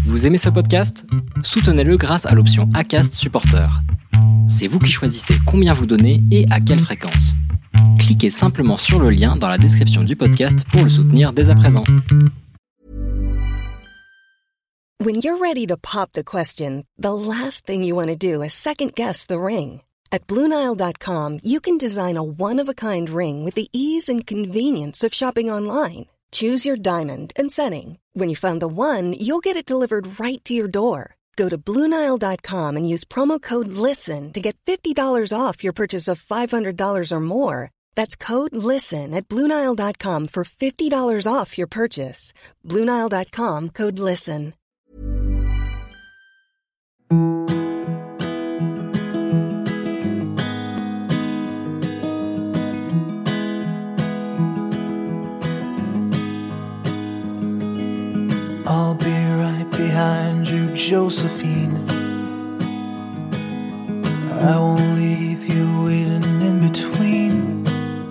Vous aimez ce podcast ? Soutenez-le grâce à l'option Acast Supporter. C'est vous qui choisissez combien vous donnez et à quelle fréquence. Cliquez simplement sur le lien dans la description du podcast pour le soutenir dès à présent. When you're ready to pop the question, the last thing you want to do is second-guess the ring. At BlueNile.com, you can design a one-of-a-kind ring with the ease and convenience of shopping online. Choose your diamond and setting. When you find the one, you'll get it delivered right to your door. Go to BlueNile.com and use promo code LISTEN to get $50 off your purchase of $500 or more. That's code LISTEN at BlueNile.com for $50 off your purchase. BlueNile.com, code LISTEN. I'll be right behind you, Josephine. I won't leave you waiting in between.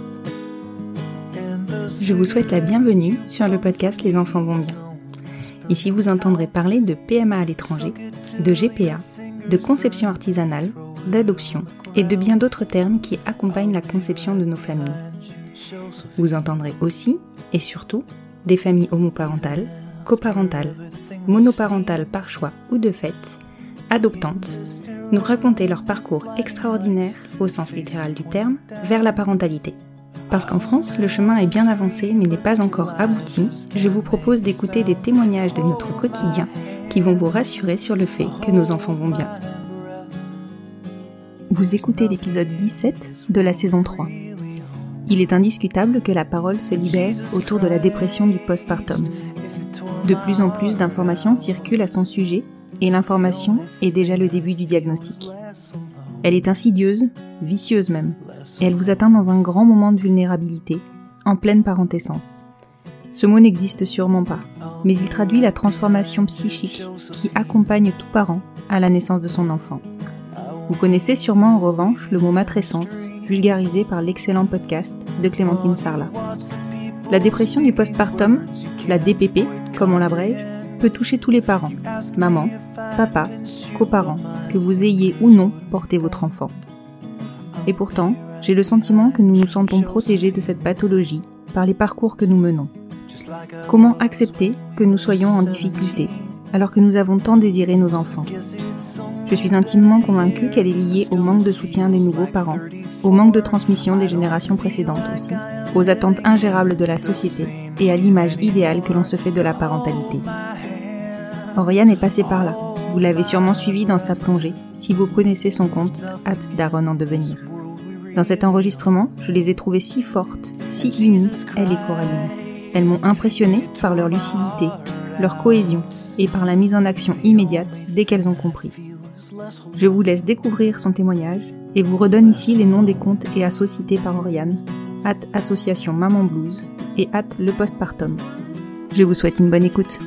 Je vous souhaite la bienvenue sur le podcast Les enfants vont bien. Ici, vous entendrez parler de PMA à l'étranger, de GPA, de conception artisanale, d'adoption et de bien d'autres termes qui accompagnent la conception de nos familles. Vous entendrez aussi, et surtout, des familles homoparentales, coparentales, monoparentales par choix ou de fait, adoptantes, nous raconter leur parcours extraordinaire, au sens littéral du terme, vers la parentalité. Parce qu'en France, le chemin est bien avancé mais n'est pas encore abouti, je vous propose d'écouter des témoignages de notre quotidien qui vont vous rassurer sur le fait que nos enfants vont bien. Vous écoutez l'épisode 17 de la saison 3. Il est indiscutable que la parole se libère autour de la dépression du postpartum. De plus en plus d'informations circulent à son sujet et l'information est déjà le début du diagnostic. Elle est insidieuse, vicieuse même, et elle vous atteint dans un grand moment de vulnérabilité, en pleine parentescence. Ce mot n'existe sûrement pas, mais il traduit la transformation psychique qui accompagne tout parent à la naissance de son enfant. Vous connaissez sûrement en revanche le mot matrescence, vulgarisé par l'excellent podcast de Clémentine Sarlat. La dépression du postpartum, la DPP, comme on l'abrège, peut toucher tous les parents, maman, papa, coparents, que vous ayez ou non porté votre enfant. Et pourtant, j'ai le sentiment que nous nous sentons protégés de cette pathologie par les parcours que nous menons. Comment accepter que nous soyons en difficulté, alors que nous avons tant désiré nos enfants ? Je suis intimement convaincue qu'elle est liée au manque de soutien des nouveaux parents, au manque de transmission des générations précédentes aussi, aux attentes ingérables de la société et à l'image idéale que l'on se fait de la parentalité. Oriane est passée par là. Vous l'avez sûrement suivie dans sa plongée, si vous connaissez son compte @daronne en devenir. Dans cet enregistrement, je les ai trouvées si fortes, si unies, elle et Coraline. Elles m'ont impressionnée par leur lucidité, leur cohésion et par la mise en action immédiate dès qu'elles ont compris. Je vous laisse découvrir son témoignage et vous redonne ici les noms des comptes et assos cités par Oriane, @association Maman Blues et @lepostpartum. Je vous souhaite une bonne écoute.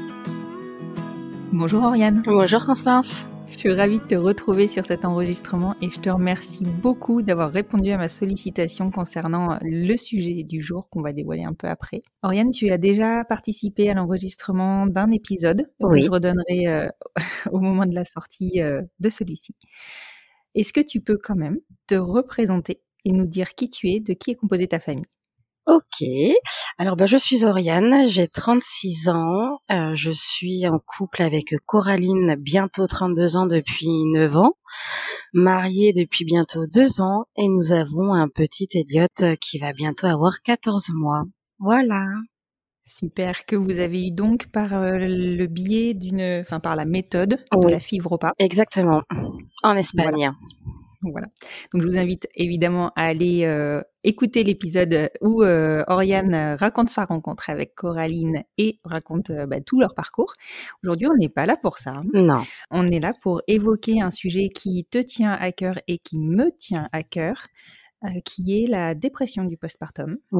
Bonjour Oriane. Bonjour Constance. Je suis ravie de te retrouver sur cet enregistrement et je te remercie beaucoup d'avoir répondu à ma sollicitation concernant le sujet du jour qu'on va dévoiler un peu après. Oriane, tu as déjà participé à l'enregistrement d'un épisode que je redonnerai au moment de la sortie de celui-ci. Est-ce que tu peux quand même te représenter et nous dire qui tu es, de qui est composée ta famille ? Ok, alors je suis Oriane, j'ai 36 ans, je suis en couple avec Coraline, bientôt 32 ans depuis 9 ans, mariée depuis bientôt 2 ans et nous avons un petit Elliot qui va bientôt avoir 14 mois. Voilà. Super, que vous avez eu donc par le biais par la méthode de la FIV-Repas. Exactement, en Espagne. Voilà. Donc je vous invite évidemment à aller écouter l'épisode où Oriane raconte sa rencontre avec Coraline et raconte tout leur parcours. Aujourd'hui, on n'est pas là pour ça. Non. On est là pour évoquer un sujet qui te tient à cœur et qui me tient à cœur, qui est la dépression du postpartum. Voilà.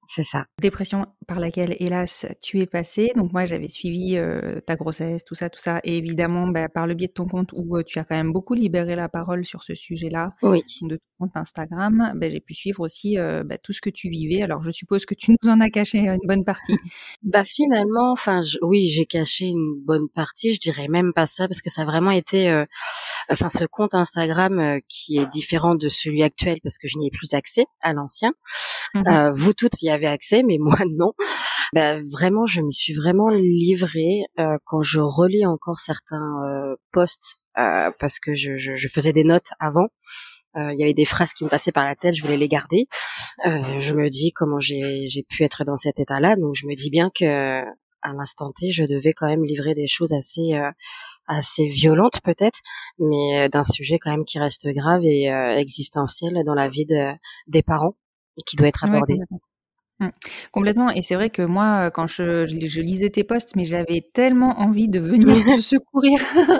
c'est ça. Dépression par laquelle, hélas, tu es passée. Donc moi, j'avais suivi ta grossesse, tout ça, et évidemment, par le biais de ton compte où tu as quand même beaucoup libéré la parole sur ce sujet-là, Oui. de ton compte Instagram, j'ai pu suivre aussi tout ce que tu vivais. Alors, je suppose que tu nous en as caché une bonne partie. Finalement, oui, j'ai caché une bonne partie. Je dirais même pas ça parce que ça a vraiment été, ce compte Instagram qui est différent de celui actuel parce que je n'y ai plus accès à l'ancien. Vous toutes y avez accès, mais moi non. Vraiment, je m'y suis vraiment livrée quand je relis encore certains posts parce que je faisais des notes avant. Il y avait des phrases qui me passaient par la tête, je voulais les garder. Je me dis comment j'ai pu être dans cet état-là, donc je me dis bien que à l'instant T, je devais quand même livrer des choses assez violentes peut-être, mais d'un sujet quand même qui reste grave et existentiel dans la vie des parents et qui doit être abordé. Ouais, complètement. Et c'est vrai que moi, quand je lisais tes posts, mais j'avais tellement envie de venir te secourir.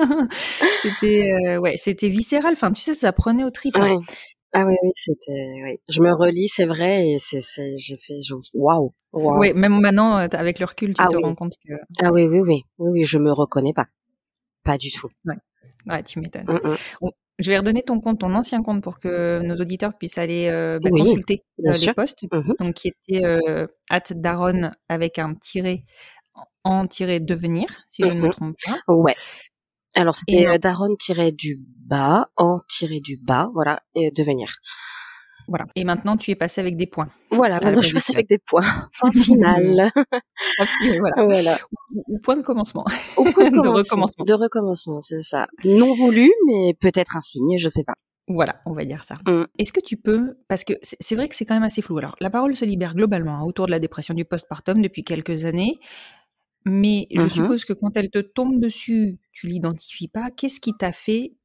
C'était viscéral. Enfin, tu sais, ça prenait aux tripes. Ouais. Ah oui, oui. Je me relis, c'est vrai, et j'ai fait, waouh. Ouais, même maintenant, avec le recul, tu te rends compte que. Ah oui, je me reconnais pas du tout. Ouais, tu m'étonnes. Bon, je vais redonner ton ancien compte pour que nos auditeurs puissent aller consulter les posts. Donc, qui était @daron avec un tiret en devenir, si je ne me trompe pas. Ouais. Alors, c'était daron-du-bas, en-du-bas, voilà, et devenir. Voilà. Et maintenant, tu es passé avec des points. Voilà, maintenant je passe avec des points. Point final. Voilà. Ou point de commencement. Au point de recommencement, c'est ça. Non voulu, mais peut-être un signe, je sais pas. Voilà, on va dire ça. Est-ce que tu peux, parce que c'est vrai que c'est quand même assez flou. Alors, la parole se libère globalement autour de la dépression du postpartum depuis quelques années, mais je suppose que quand elle te tombe dessus, tu l'identifies pas. Qu'est-ce qui t'a fait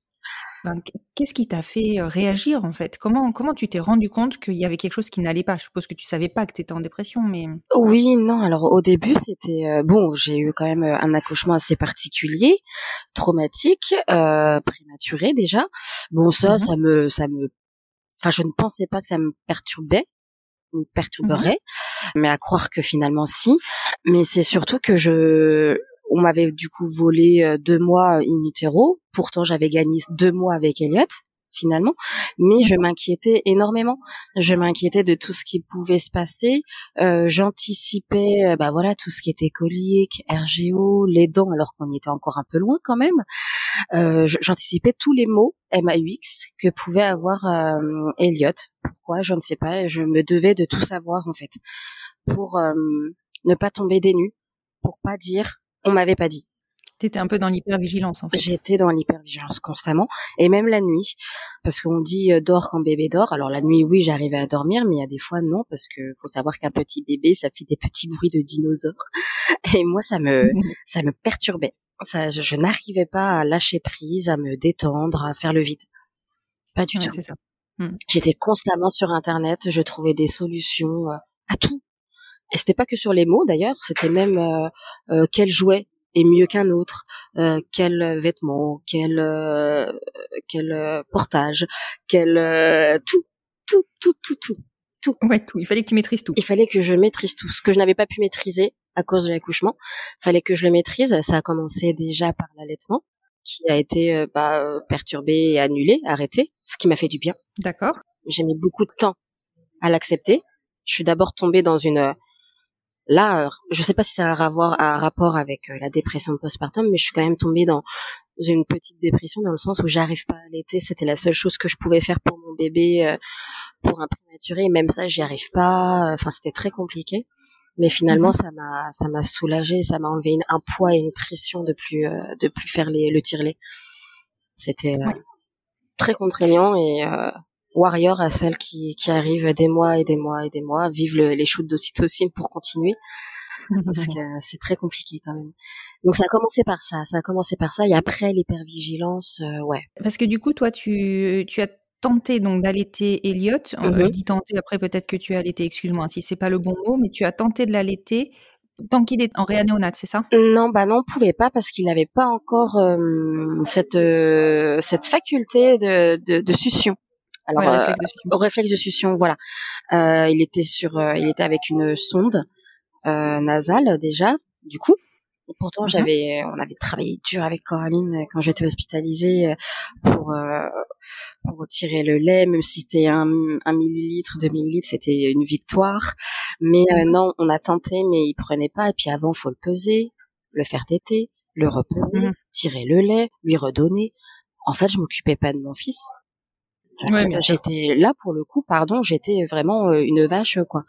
réagir en fait? Comment tu t'es rendu compte qu'il y avait quelque chose qui n'allait pas? Je suppose que tu savais pas que tu étais en dépression, mais... Oui, non, alors au début c'était... j'ai eu quand même un accouchement assez particulier, traumatique, prématuré déjà. Bon, ça me... Enfin, je ne pensais pas que ça me perturberait, mais à croire que finalement si. Mais c'est surtout que on m'avait du coup volé 2 mois in utero. Pourtant, j'avais gagné 2 mois avec Elliot, finalement. Mais je m'inquiétais énormément. Je m'inquiétais de tout ce qui pouvait se passer. J'anticipais, tout ce qui était colique, RGO, les dents, alors qu'on y était encore un peu loin quand même. J'anticipais tous les mots MAUX que pouvait avoir Elliot. Pourquoi? Je ne sais pas. Je me devais de tout savoir, en fait. Pour ne pas tomber des nues. Pour pas dire on m'avait pas dit. T'étais un peu dans l'hypervigilance, en fait. J'étais dans l'hypervigilance constamment, et même la nuit, parce qu'on dit dors quand bébé dort. Alors la nuit, oui, j'arrivais à dormir, mais il y a des fois non, parce que faut savoir qu'un petit bébé, ça fait des petits bruits de dinosaures, et moi ça me perturbait. Je n'arrivais pas à lâcher prise, à me détendre, à faire le vide. Pas du tout. C'est ça. J'étais constamment sur Internet, je trouvais des solutions à tout. Et c'était pas que sur les mots d'ailleurs, c'était même quel jouet est mieux qu'un autre, quel vêtement, quel portage, tout. Ouais, tout. Il fallait que tu maîtrises tout. Il fallait que je maîtrise tout. Ce que je n'avais pas pu maîtriser à cause de l'accouchement, fallait que je le maîtrise. Ça a commencé déjà par l'allaitement, qui a été perturbé et annulé, arrêté, ce qui m'a fait du bien. D'accord. J'ai mis beaucoup de temps à l'accepter. Je suis d'abord tombée dans une... Là, je sais pas si ça a un rapport avec la dépression postpartum, mais je suis quand même tombée dans une petite dépression dans le sens où j'arrive pas à allaiter. C'était la seule chose que je pouvais faire pour mon bébé, pour un prématuré. Et même ça, j'y arrive pas. Enfin, c'était très compliqué. Mais finalement, ça m'a soulagée. Ça m'a enlevé un poids et une pression de plus faire le tire-lait. C'était très contraignant et warrior à celles qui arrivent des mois et des mois et des mois, vivent les shoots d'ocytocine pour continuer, parce que c'est très compliqué quand même. Donc ça a commencé par ça, et après l'hypervigilance, ouais. Parce que du coup, toi, tu as tenté donc d'allaiter Elliot. Je dis tenter, après peut-être que tu as allaité, excuse-moi si c'est pas le bon mot, mais tu as tenté de l'allaiter tant qu'il est en réanéonate, c'est ça? Non, on pouvait pas parce qu'il n'avait pas encore cette faculté de succion. Alors, le réflexe de succion. au réflexe de succion, voilà. Il était avec une sonde nasale déjà, du coup. Pourtant, on avait travaillé dur avec Coraline quand j'étais hospitalisée pour retirer le lait, même si c'était un millilitre, 2 millilitres, c'était une victoire. Mais non, on a tenté, mais il prenait pas. Et puis avant, faut le peser, le faire téter, le repeser, tirer le lait, lui redonner. En fait, je m'occupais pas de mon fils. J'étais là pour le coup, j'étais vraiment une vache, quoi.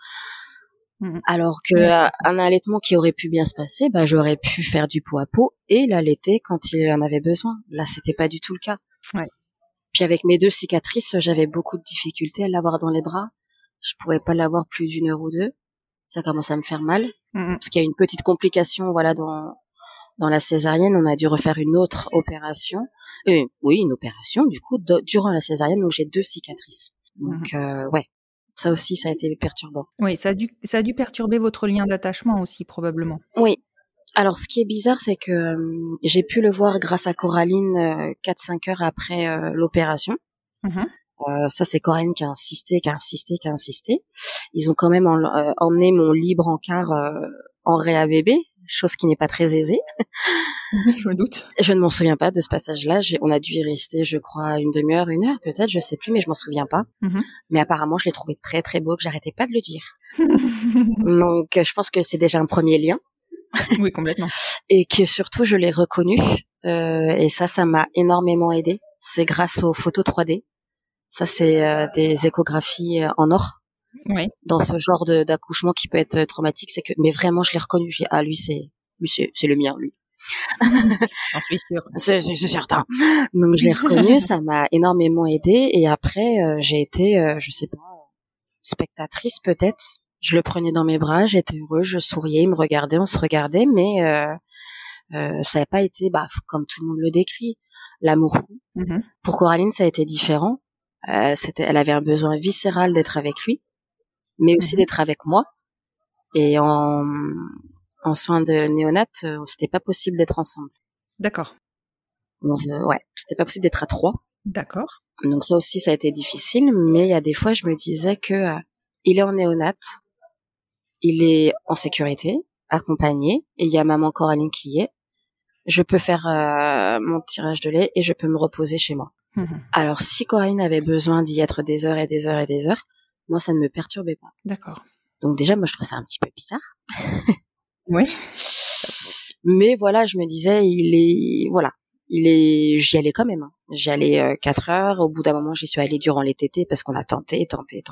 Alors que un allaitement qui aurait pu bien se passer, j'aurais pu faire du pot à pot et l'allaiter quand il en avait besoin. Là, c'était pas du tout le cas. Ouais. Puis avec mes 2 cicatrices, j'avais beaucoup de difficultés à l'avoir dans les bras. Je pouvais pas l'avoir plus d'1 heure ou 2. Ça commence à me faire mal. Parce qu'il y a une petite complication, voilà, dans la césarienne. On a dû refaire une autre opération. Une opération, du coup, durant la césarienne, où j'ai 2 cicatrices. Donc, ouais. Ça aussi, ça a été perturbant. Oui, ça a dû perturber votre lien d'attachement aussi, probablement. Oui. Alors, ce qui est bizarre, c'est que j'ai pu le voir grâce à Coraline 4-5 heures après l'opération. Ça, c'est Coraline qui a insisté. Ils ont quand même emmené mon libre encart en réa bébé, chose qui n'est pas très aisée. Je me doute. Je ne m'en souviens pas de ce passage-là. On a dû y rester, je crois, une demi-heure, 1 heure, peut-être, je sais plus, mais je m'en souviens pas. Mais apparemment, je l'ai trouvé très, très beau, que j'arrêtais pas de le dire. Donc, je pense que c'est déjà un premier lien. Oui, complètement. Et que surtout, je l'ai reconnu. Et ça m'a énormément aidé. C'est grâce aux photos 3D. Ça, c'est des échographies en or. Oui. Dans ce genre d'accouchement qui peut être traumatique, mais vraiment, je l'ai reconnu. Lui, c'est le mien, lui. J'en suis sûre. C'est certain. Donc je l'ai reconnu, ça m'a énormément aidé. Et après, j'ai été, je sais pas, spectatrice peut-être. Je le prenais dans mes bras, j'étais heureuse, je souriais, il me regardait, on se regardait, mais ça n'a pas été, comme tout le monde le décrit, l'amour fou. Pour Coraline, ça a été différent. Elle avait un besoin viscéral d'être avec lui, mais aussi d'être avec moi. Et en soins de néonat, c'était pas possible d'être ensemble. D'accord. Donc, c'était pas possible d'être à 3. D'accord. Donc ça aussi, ça a été difficile, mais il y a des fois, je me disais que il est en néonat, il est en sécurité, accompagné, et il y a maman Coraline qui y est. Je peux faire mon tirage de lait et je peux me reposer chez moi. Alors, si Coraline avait besoin d'y être des heures et des heures et des heures, moi, ça ne me perturbait pas. D'accord. Donc déjà, moi, je trouve ça un petit peu bizarre. Oui. Mais voilà, je me disais, j'y allais quand même. J'y allais 4 heures. Au bout d'un moment, j'y suis allée durant les tétés parce qu'on a tenté.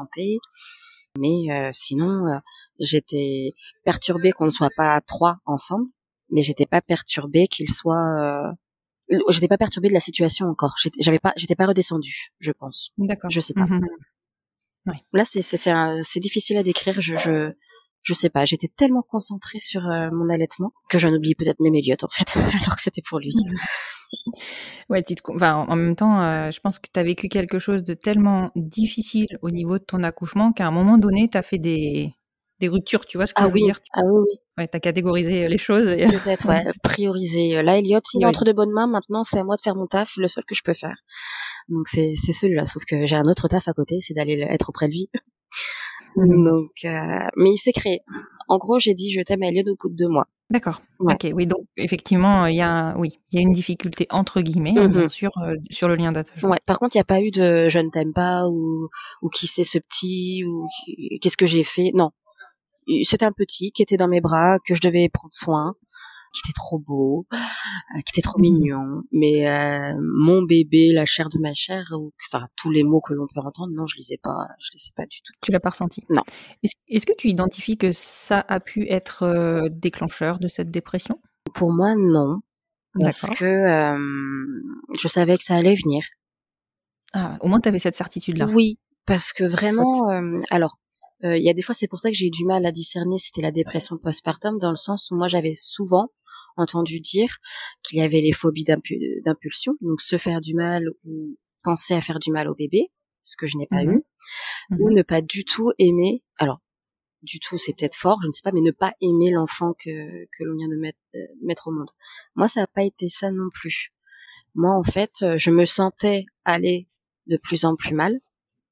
Mais sinon, j'étais perturbée qu'on ne soit pas 3 ensemble, mais j'étais pas perturbée j'étais pas perturbée de la situation encore. J'étais pas redescendue, je pense. D'accord. Je sais pas. Ouais. Là, c'est difficile à décrire. Je sais pas. J'étais tellement concentrée sur mon allaitement que j'en oublie peut-être même Elliot en fait, alors que c'était pour lui. Ouais, en même temps, je pense que tu as vécu quelque chose de tellement difficile au niveau de ton accouchement qu'à un moment donné, tu as fait des ruptures, tu vois ce que je veux dire? Ah oui. Ouais, tu as catégorisé les choses. Et... Peut-être, ouais, prioriser. Là, Elliot, il est entre de bonnes mains. Maintenant, c'est à moi de faire mon taf, le seul que je peux faire. Donc, c'est celui-là. Sauf que j'ai un autre taf à côté, c'est d'aller être auprès de lui. Donc, mais il s'est créé. En gros, j'ai dit je t'aime à Elliot au bout de 2 mois. D'accord. Ouais. Ok, oui, donc effectivement, il y a une difficulté entre guillemets, bien sûr, sur le lien d'attachement. Ouais. Par contre, il n'y a pas eu de je ne t'aime pas ou qui c'est ce petit ou qu'est-ce que j'ai fait. Non, c'était un petit qui était dans mes bras que je devais prendre soin, qui était trop beau, qui était trop mignon. Mais mon bébé, la chair de ma chair, enfin tous les mots que l'on peut entendre, non, je les ai pas du tout. Tu l'as pas ressenti? Non. Est-ce que tu identifies que ça a pu être déclencheur de cette dépression? Pour moi, non. Parce que je savais que ça allait venir. Ah, au moins tu avais cette certitude-là. Oui, parce que vraiment, il y a des fois, c'est pour ça que j'ai eu du mal à discerner si c'était la dépression postpartum, dans le sens où moi j'avais souvent entendu dire qu'il y avait les phobies d'impulsion, donc se faire du mal ou penser à faire du mal au bébé, ce que je n'ai pas eu, ou ne pas du tout aimer, alors du tout c'est peut-être fort, je ne sais pas, mais ne pas aimer l'enfant que l'on vient de mettre au monde. Moi ça n'a pas été ça non plus. Moi en fait, je me sentais aller de plus en plus mal,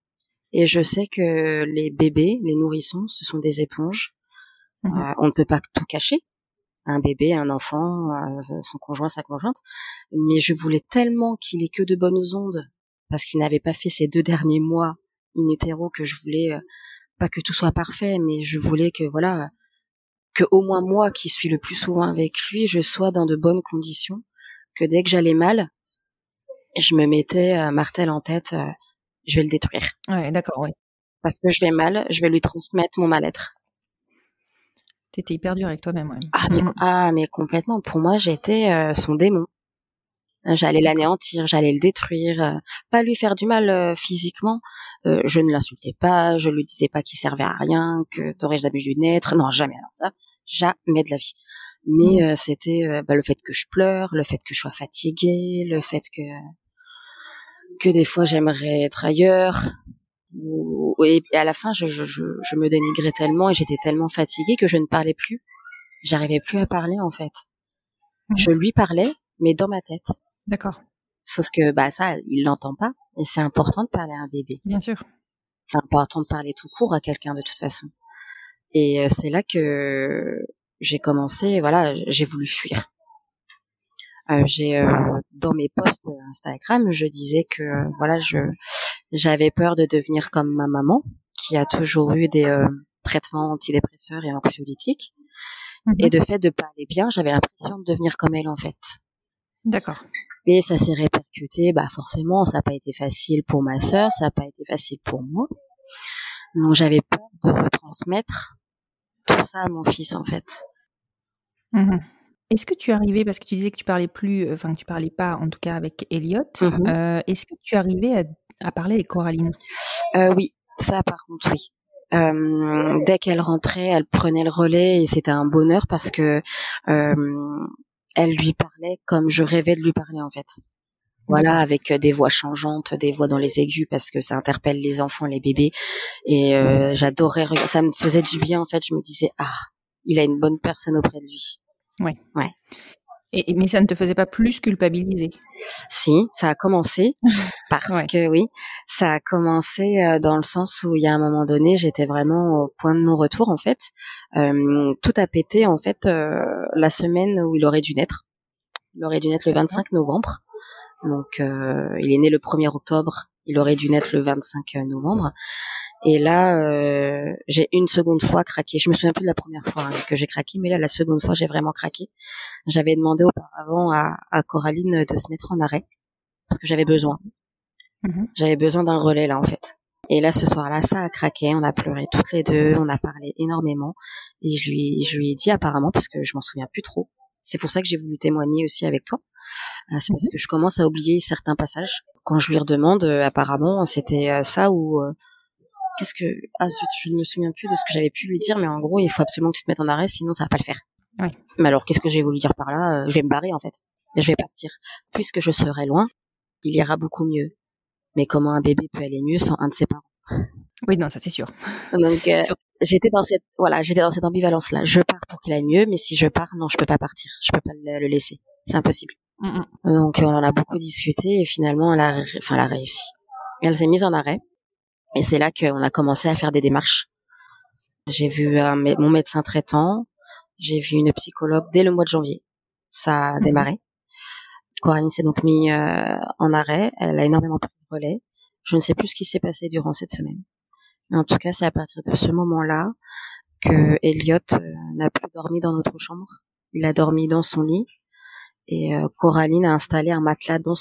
Et je sais que les bébés, les nourrissons, ce sont des éponges. On ne peut pas tout cacher. Un bébé, un enfant, son conjoint, sa conjointe. Mais je voulais tellement qu'il ait que de bonnes ondes, parce qu'il n'avait pas fait ces 2 derniers mois in utero, que je voulais, pas que tout soit parfait, mais je voulais que, voilà, que au moins moi, qui suis le plus souvent avec lui, je sois dans de bonnes conditions, que dès que j'allais mal, je me mettais martel en tête, je vais le détruire. Ouais, d'accord, ouais. Parce que je vais mal, je vais lui transmettre mon mal-être. T'étais hyper dur avec toi-même, ouais. Mais complètement. Pour moi, j'étais son démon. J'allais l'anéantir, j'allais le détruire, pas lui faire du mal physiquement. Je ne l'insultais pas, je lui disais pas qu'il servait à rien, que t'aurais jamais dû naître. Non, jamais. Alors ça, jamais de la vie. Mais c'était le fait que je pleure, le fait que je sois fatiguée, le fait que des fois j'aimerais être ailleurs. Et à la fin, je me dénigrais tellement et j'étais tellement fatiguée que je ne parlais plus. J'arrivais plus à parler, en fait. Je lui parlais, mais dans ma tête. D'accord. Sauf que ça, il l'entend pas. Et c'est important de parler à un bébé. Bien sûr. C'est important de parler tout court à quelqu'un de toute façon. Et c'est là que j'ai commencé. Voilà, j'ai voulu fuir. Dans mes posts Instagram, je disais que j'avais peur de devenir comme ma maman, qui a toujours eu des traitements antidépresseurs et anxiolytiques. Et de fait de pas aller bien, j'avais l'impression de devenir comme elle, en fait. D'accord. Et ça s'est répercuté, forcément, ça n'a pas été facile pour ma sœur, ça n'a pas été facile pour moi. Donc j'avais peur de retransmettre tout ça à mon fils, en fait. Est-ce que tu arrivais, parce que tu disais que tu parlais plus, que tu parlais pas, en tout cas avec Elliot, est-ce que tu arrivais à parler avec Coraline? Oui, ça par contre, oui. Dès qu'elle rentrait, elle prenait le relais et c'était un bonheur parce que elle lui parlait comme je rêvais de lui parler, en fait. Voilà, avec des voix changeantes, des voix dans les aigus parce que ça interpelle les enfants, les bébés. Et j'adorais, ça me faisait du bien, en fait. Je me disais, il a une bonne personne auprès de lui. Ouais. Ouais. Mais ça ne te faisait pas plus culpabiliser? Si, ça a commencé parce que ça a commencé dans le sens où il y a un moment donné, j'étais vraiment au point de non-retour, en fait. Tout a pété, en fait, la semaine où il aurait dû naître. Il aurait dû naître le 25 novembre. Donc, il est né le 1er octobre. Il aurait dû naître le 25 novembre. Et là, j'ai une seconde fois craqué. Je me souviens plus de la première fois que j'ai craqué, mais là, la seconde fois, j'ai vraiment craqué. J'avais demandé auparavant à Coraline de se mettre en arrêt parce que j'avais besoin. J'avais besoin d'un relais, là, en fait. Et là, ce soir-là, ça a craqué. On a pleuré toutes les deux. On a parlé énormément. Et je lui ai dit apparemment, parce que je m'en souviens plus trop. C'est pour ça que j'ai voulu témoigner aussi avec toi. C'est parce que je commence à oublier certains passages. Quand je lui redemande, apparemment, c'était ça ou je ne me souviens plus de ce que j'avais pu lui dire, mais en gros, il faut absolument que tu te mettes en arrêt, sinon ça va pas le faire. Ouais. Mais alors, qu'est-ce que j'ai voulu dire par là? Je vais me barrer, en fait. Je vais partir. Puisque je serai loin, il ira beaucoup mieux. Mais comment un bébé peut aller mieux sans un de ses parents? Oui, non, ça c'est sûr. Donc, j'étais dans cette ambivalence-là. Je pars pour qu'il aille mieux, mais si je pars, non, je peux pas partir. Je peux pas le laisser. C'est impossible. Donc, on en a beaucoup discuté et finalement, elle a réussi. Et elle s'est mise en arrêt. Et c'est là qu'on a commencé à faire des démarches. J'ai vu mon médecin traitant, j'ai vu une psychologue dès le mois de janvier. Ça a démarré. Coraline s'est donc mise en arrêt. Elle a énormément pris le relais. Je ne sais plus ce qui s'est passé durant cette semaine. Mais en tout cas, c'est à partir de ce moment-là que Elliot n'a plus dormi dans notre chambre. Il a dormi dans son lit. Et Coraline a installé un matelas dans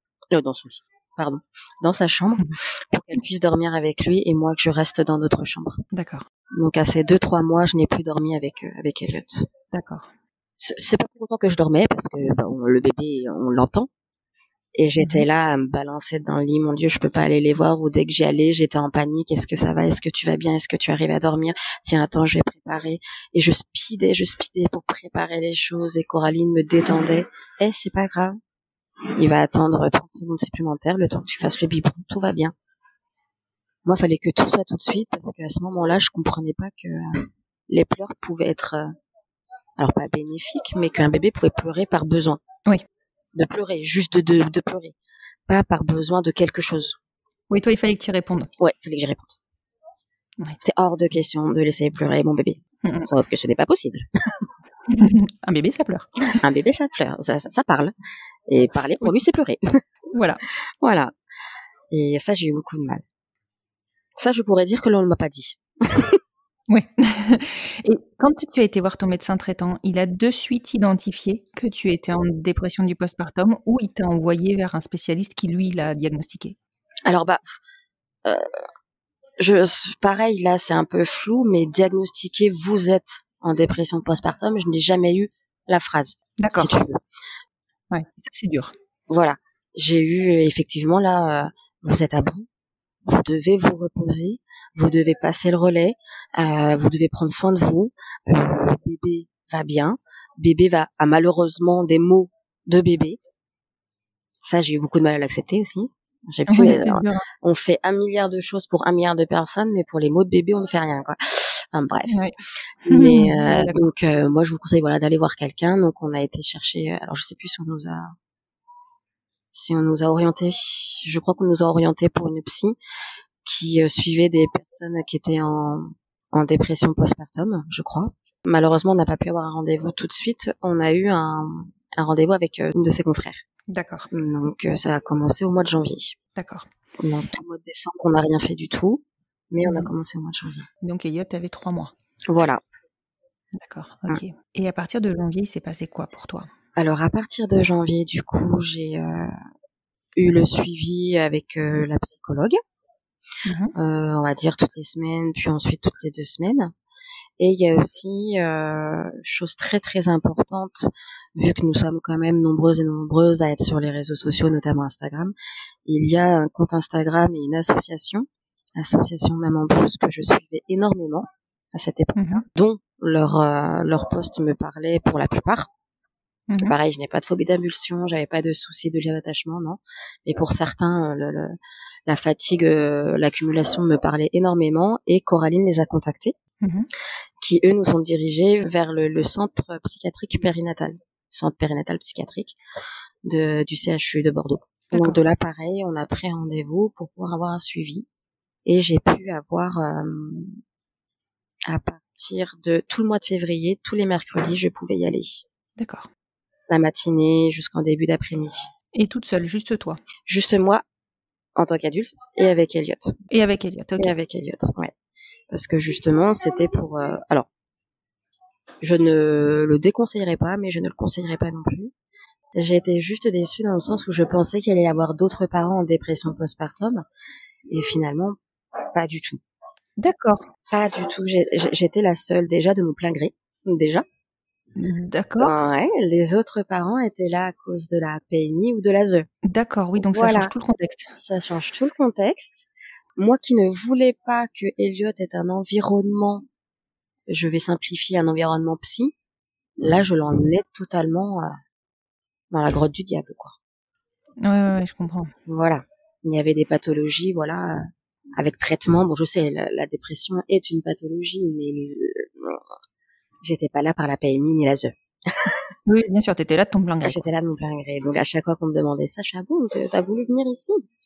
sa chambre, pour qu'elle puisse dormir avec lui et moi que je reste dans notre chambre. D'accord. Donc à ces 2-3 mois, je n'ai plus dormi avec Elliot. D'accord. C'est pas pour autant que je dormais, parce que le bébé, on l'entend. Et j'étais là à me balancer dans le lit, mon Dieu, je peux pas aller les voir, ou dès que j'y allais, j'étais en panique, est-ce que ça va, est-ce que tu vas bien, est-ce que tu arrives à dormir, tiens, attends, je vais préparer. Et je speedais pour préparer les choses, et Coraline me détendait. C'est pas grave. Il va attendre 30 secondes supplémentaires, le temps que tu fasses le biberon, tout va bien. Moi, il fallait que tout soit tout de suite, parce qu'à ce moment-là, je comprenais pas que les pleurs pouvaient être, alors pas bénéfiques, mais qu'un bébé pouvait pleurer par besoin. Oui. De pleurer, juste de pleurer. Pas par besoin de quelque chose. Oui, toi, il fallait que tu y répondes. Ouais, il fallait que j'y réponde. Ouais. C'était hors de question de laisser pleurer mon bébé. Sauf que ce n'est pas possible. Un bébé, ça pleure. Un bébé, ça pleure, ça parle. Et parler, pour lui, c'est pleurer. Voilà. Voilà. Et ça, j'ai eu beaucoup de mal. Ça, je pourrais dire que l'on ne m'a pas dit. Oui. Et quand tu as été voir ton médecin traitant, il a de suite identifié que tu étais en dépression du postpartum ou il t'a envoyé vers un spécialiste qui, lui, l'a diagnostiqué? Alors, pareil, là, c'est un peu flou, mais diagnostiquer vous êtes en dépression postpartum, je n'ai jamais eu la phrase. D'accord. Si tu veux. Ouais, c'est dur. Voilà. J'ai eu, effectivement, là, vous êtes à bout, vous devez vous reposer, vous devez passer le relais, vous devez prendre soin de vous, bébé va bien, bébé a malheureusement des maux de bébé. Ça, j'ai eu beaucoup de mal à l'accepter aussi. J'ai pu, Ouais, c'est dur, hein. On fait 1 milliard de choses pour 1 milliard de personnes, mais pour les maux de bébé, on ne fait rien, quoi. Enfin, bref. Ouais. Mais Ouais, d'accord. donc moi, je vous conseille voilà d'aller voir quelqu'un. Donc on a été chercher. Alors je sais plus si on nous a orienté. Je crois qu'on nous a orienté pour une psy qui suivait des personnes qui étaient en dépression postpartum, je crois. Malheureusement, on n'a pas pu avoir un rendez-vous tout de suite. On a eu un rendez-vous avec une de ses confrères. D'accord. Donc ça a commencé au mois de janvier. D'accord. Donc au mois de décembre, on n'a rien fait du tout, mais on a commencé au mois de janvier. Donc, Elliot, t'avais 3 mois. Voilà. D'accord, ok. Et à partir de janvier, il s'est passé quoi pour toi? Alors à partir de janvier, du coup, j'ai eu le suivi avec la psychologue. On va dire toutes les semaines, puis ensuite toutes les 2 semaines. Et il y a aussi chose très très importante, vu que nous sommes quand même nombreuses et nombreuses à être sur les réseaux sociaux, notamment Instagram. Il y a un compte Instagram et une association Maman Blues, que je suivais énormément à cette époque-là, dont leur post me parlait pour la plupart. Parce que pareil, je n'ai pas de phobie d'impulsion, j'avais pas de soucis de lien d'attachement, non. Mais pour certains, la fatigue, l'accumulation me parlait énormément, et Coraline les a contactés, qui eux nous ont dirigés vers le centre psychiatrique périnatal, centre périnatal psychiatrique du CHU de Bordeaux. D'accord. Donc de là, pareil, on a pris rendez-vous pour pouvoir avoir un suivi, et j'ai pu avoir à partir de tout le mois de février, tous les mercredis, je pouvais y aller. D'accord. La matinée jusqu'en début d'après-midi. Et toute seule, juste toi? Juste moi, en tant qu'adulte, et avec Elliot. Et avec Elliot, ok. Et avec Elliot, ouais. Parce que justement, c'était pour... alors, je ne le déconseillerais pas, mais je ne le conseillerais pas non plus. J'ai été juste déçue dans le sens où je pensais qu'il allait y avoir d'autres parents en dépression postpartum, et finalement, pas du tout. D'accord. Pas du tout. J'étais la seule, déjà, de mon plein gré. Déjà. D'accord. Ouais, les autres parents étaient là à cause de la PMI ou de la ZE. D'accord, oui, donc Voilà. ça change tout le contexte. Ça change tout le contexte. Moi qui ne voulais pas que Elliot ait un environnement, je vais simplifier, un environnement psy, là je l'emmenais totalement dans la grotte du diable, quoi. Ouais, je comprends. Voilà. Il y avait des pathologies, voilà, avec traitement. Bon, je sais, la dépression est une pathologie, mais j'étais pas là par la PMI ni la ZE. Oui, bien sûr, t'étais là de ton plein gré. J'étais là de mon plein gré. Donc à chaque fois qu'on me demandait ça, je suis bon, t'as voulu venir ici?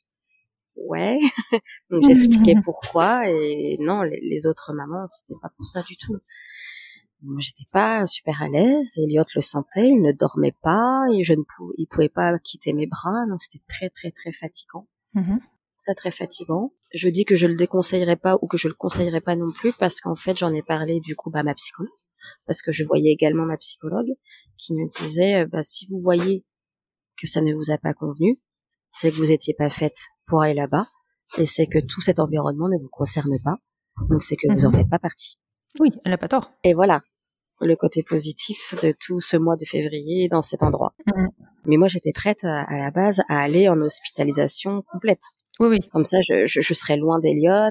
Ouais. Donc j'expliquais pourquoi, et non, les autres mamans, c'était pas pour ça du tout. Moi, j'étais pas super à l'aise. Elliot le sentait, il ne dormait pas, et il pouvait pas quitter mes bras, donc c'était très très très fatigant. Très très fatigant. Je dis que je le déconseillerais pas ou que je le conseillerais pas non plus, parce qu'en fait j'en ai parlé du coup à ma psychologue, parce que je voyais également ma psychologue qui me disait si vous voyez que ça ne vous a pas convenu, c'est que vous étiez pas faite pour aller là-bas, et c'est que tout cet environnement ne vous concerne pas, donc c'est que vous en faites pas partie. Oui, elle a pas tort. Et voilà le côté positif de tout ce mois de février dans cet endroit. Mais moi j'étais prête à la base à aller en hospitalisation complète. Oui. Comme ça, je serai loin d'Elliot,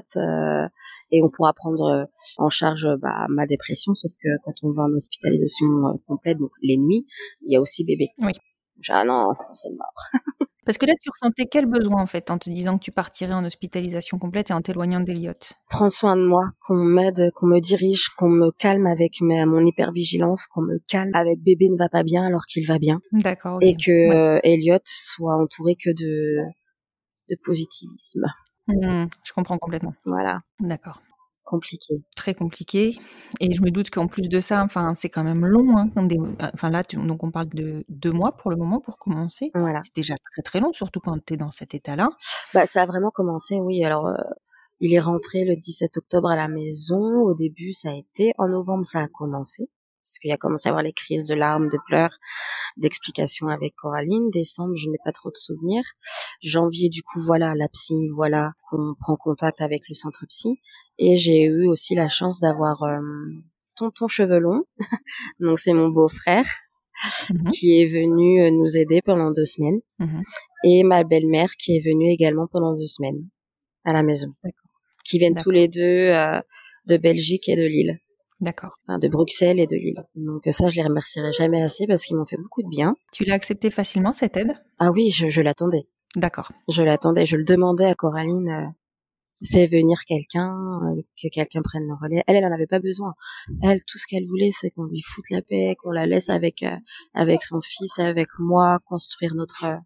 et on pourra prendre en charge ma dépression. Sauf que quand on va en hospitalisation complète, donc les nuits, il y a aussi bébé. Oui. Ah non, c'est mort. Parce que là, tu ressentais quel besoin en fait en te disant que tu partirais en hospitalisation complète et en t'éloignant d'Elliot? Prendre soin de moi, qu'on m'aide, qu'on me dirige, qu'on me calme avec mon hypervigilance, qu'on me calme avec bébé ne va pas bien alors qu'il va bien. D'accord. Et que Elliot soit entouré que de positivisme. Je comprends complètement. Voilà, D'accord. compliqué. Très compliqué et je me doute qu'en plus de ça, enfin, c'est quand même long, hein, enfin là, donc on parle de 2 mois pour le moment pour commencer. Voilà. C'est déjà très, très long, surtout quand tu es dans cet état-là. Ça a vraiment commencé, oui. Alors, il est rentré le 17 octobre à la maison. Au début, ça a été. En novembre, ça a commencé. Parce qu'il y a commencé à avoir les crises de larmes, de pleurs, d'explications avec Coraline. Décembre, je n'ai pas trop de souvenirs. Janvier, du coup, voilà, la psy, voilà, qu'on prend contact avec le centre psy. Et j'ai eu aussi la chance d'avoir tonton Chevelon. Donc, c'est mon beau-frère qui est venu nous aider pendant 2 semaines. Et ma belle-mère qui est venue également pendant 2 semaines à la maison. D'accord. Qui viennent tous les deux de Belgique et de Lille. D'accord. Enfin, de Bruxelles et de Lille. Donc ça, je les remercierai jamais assez parce qu'ils m'ont fait beaucoup de bien. Tu l'as accepté facilement, cette aide? Ah oui, je l'attendais. D'accord. Je l'attendais, je le demandais à Coraline, fais venir quelqu'un, que quelqu'un prenne le relais. Elle en avait pas besoin. Elle, tout ce qu'elle voulait, c'est qu'on lui foute la paix, qu'on la laisse avec son fils, avec moi, construire notre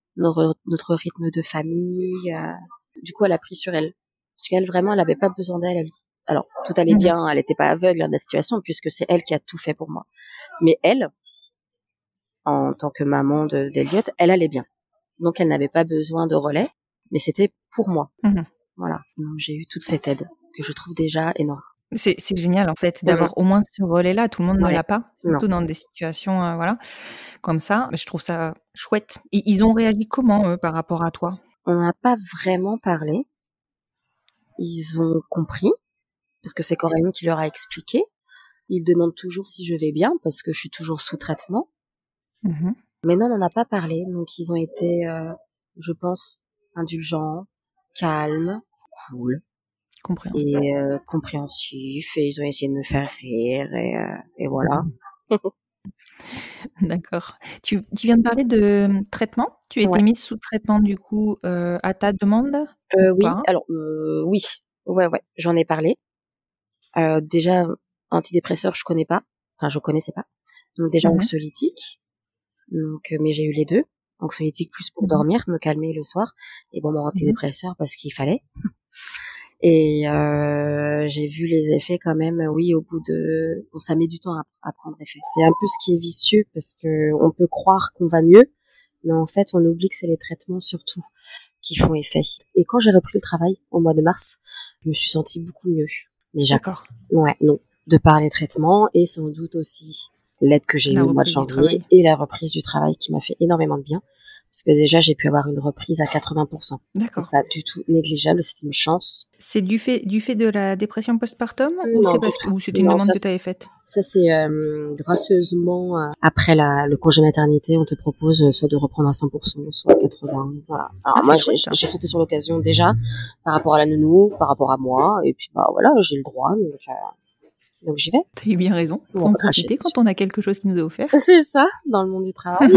rythme de famille. Du coup, elle a pris sur elle. Parce qu'elle, vraiment, elle avait pas besoin d'elle. Alors, tout allait bien, elle était pas aveugle de la situation, puisque c'est elle qui a tout fait pour moi. Mais elle, en tant que maman d'Eliot, elle allait bien. Donc, elle n'avait pas besoin de relais, mais c'était pour moi. Voilà. Donc, j'ai eu toute cette aide, que je trouve déjà énorme. C'est génial, en fait, d'avoir au moins ce relais-là. Tout le monde ne l'a pas, surtout dans des situations, voilà, comme ça. Je trouve ça chouette. Et ils ont réagi comment, eux, par rapport à toi? On n'a pas vraiment parlé. Ils ont compris, parce que c'est Coraline qui leur a expliqué. Ils demandent toujours si je vais bien, parce que je suis toujours sous traitement. Mais non, on n'en a pas parlé. Donc, ils ont été, je pense, indulgents, calmes, cool. Compréhensif. Et compréhensifs. Et ils ont essayé de me faire rire. Et voilà. D'accord. Tu viens de parler de traitement. Tu as été mise sous traitement, du coup, à ta demande ou oui. pas? Alors, oui. Ouais. J'en ai parlé. Déjà, antidépresseur, je connais pas. Enfin, je connaissais pas. Donc, déjà, anxiolytique. Donc, mais j'ai eu les deux. Anxiolytique plus pour dormir, me calmer le soir. Et bon, mon antidépresseur parce qu'il fallait. Et j'ai vu les effets quand même, oui, au bout de... Bon, ça met du temps à prendre effet. C'est un peu ce qui est vicieux parce que on peut croire qu'on va mieux, mais en fait, on oublie que c'est les traitements surtout qui font effet. Et quand j'ai repris le travail au mois de mars, je me suis sentie beaucoup mieux. Déjà. D'accord. Ouais, non. De par les traitements et sans doute aussi l'aide que j'ai eue au mois de janvier et la reprise du travail qui m'a fait énormément de bien. Parce que déjà, j'ai pu avoir une reprise à 80%. D'accord. Pas du tout négligeable, c'était une chance. C'est du fait de la dépression postpartum ou c'était une demande que tu avais faite? Ça, c'est gracieusement, après le congé maternité, on te propose soit de reprendre à 100%, soit à 80%. Voilà. Alors moi, j'ai sauté sur l'occasion déjà, par rapport à la nounou, par rapport à moi, et puis voilà, j'ai le droit, donc j'y vais. T'as eu bien raison. Faut en profiter quand on a quelque chose qui nous est offert. C'est ça, dans le monde du travail.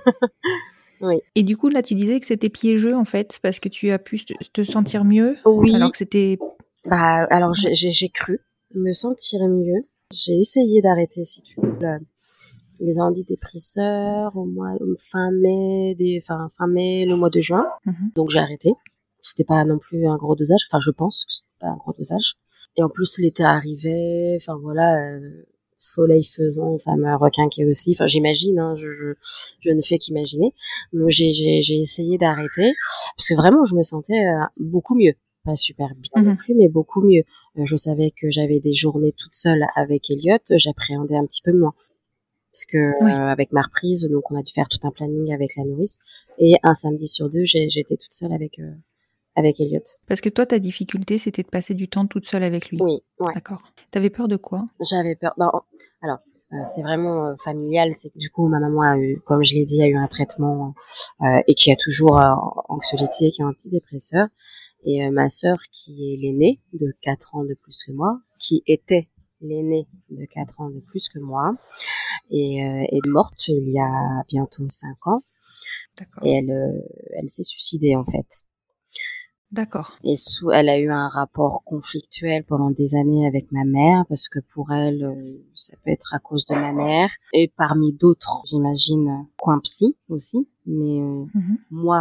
Oui. Et du coup, là, tu disais que c'était piégeux, en fait, parce que tu as pu te sentir mieux. Oui. Alors que c'était... alors j'ai cru me sentir mieux. J'ai essayé d'arrêter, si tu veux, les antidépresseurs fin mai, le mois de juin. Donc j'ai arrêté. C'était pas non plus un gros dosage. Enfin, je pense que c'était pas un gros dosage. Et en plus, l'été arrivait. Enfin voilà, soleil faisant, ça m'a requinqué aussi. Enfin, j'imagine. Hein, je ne fais qu'imaginer. Donc j'ai essayé d'arrêter parce que vraiment, je me sentais beaucoup mieux. Pas super bien non plus, mais beaucoup mieux. Je savais que j'avais des journées toute seule avec Elliot. J'appréhendais un petit peu moins. Parce que avec ma reprise, donc on a dû faire tout un planning avec la nourrice. Et un samedi sur 2, j'étais toute seule avec Elliot. Parce que toi, ta difficulté, c'était de passer du temps toute seule avec lui. Oui, ouais. D'accord. T'avais peur de quoi? J'avais peur. C'est vraiment familial. C'est que du coup, ma maman a eu, comme je l'ai dit, a eu un traitement et qui a toujours anxiolytique et antidépresseur. Et ma sœur, qui est l'aînée de 4 ans de plus que moi, qui était l'aînée de 4 ans de plus que moi, et est morte il y a bientôt 5 ans. D'accord. Et elle s'est suicidée, en fait. D'accord. Et elle a eu un rapport conflictuel pendant des années avec ma mère, parce que pour elle, ça peut être à cause de ma mère. Et parmi d'autres, j'imagine, coin psy aussi. Mais moi,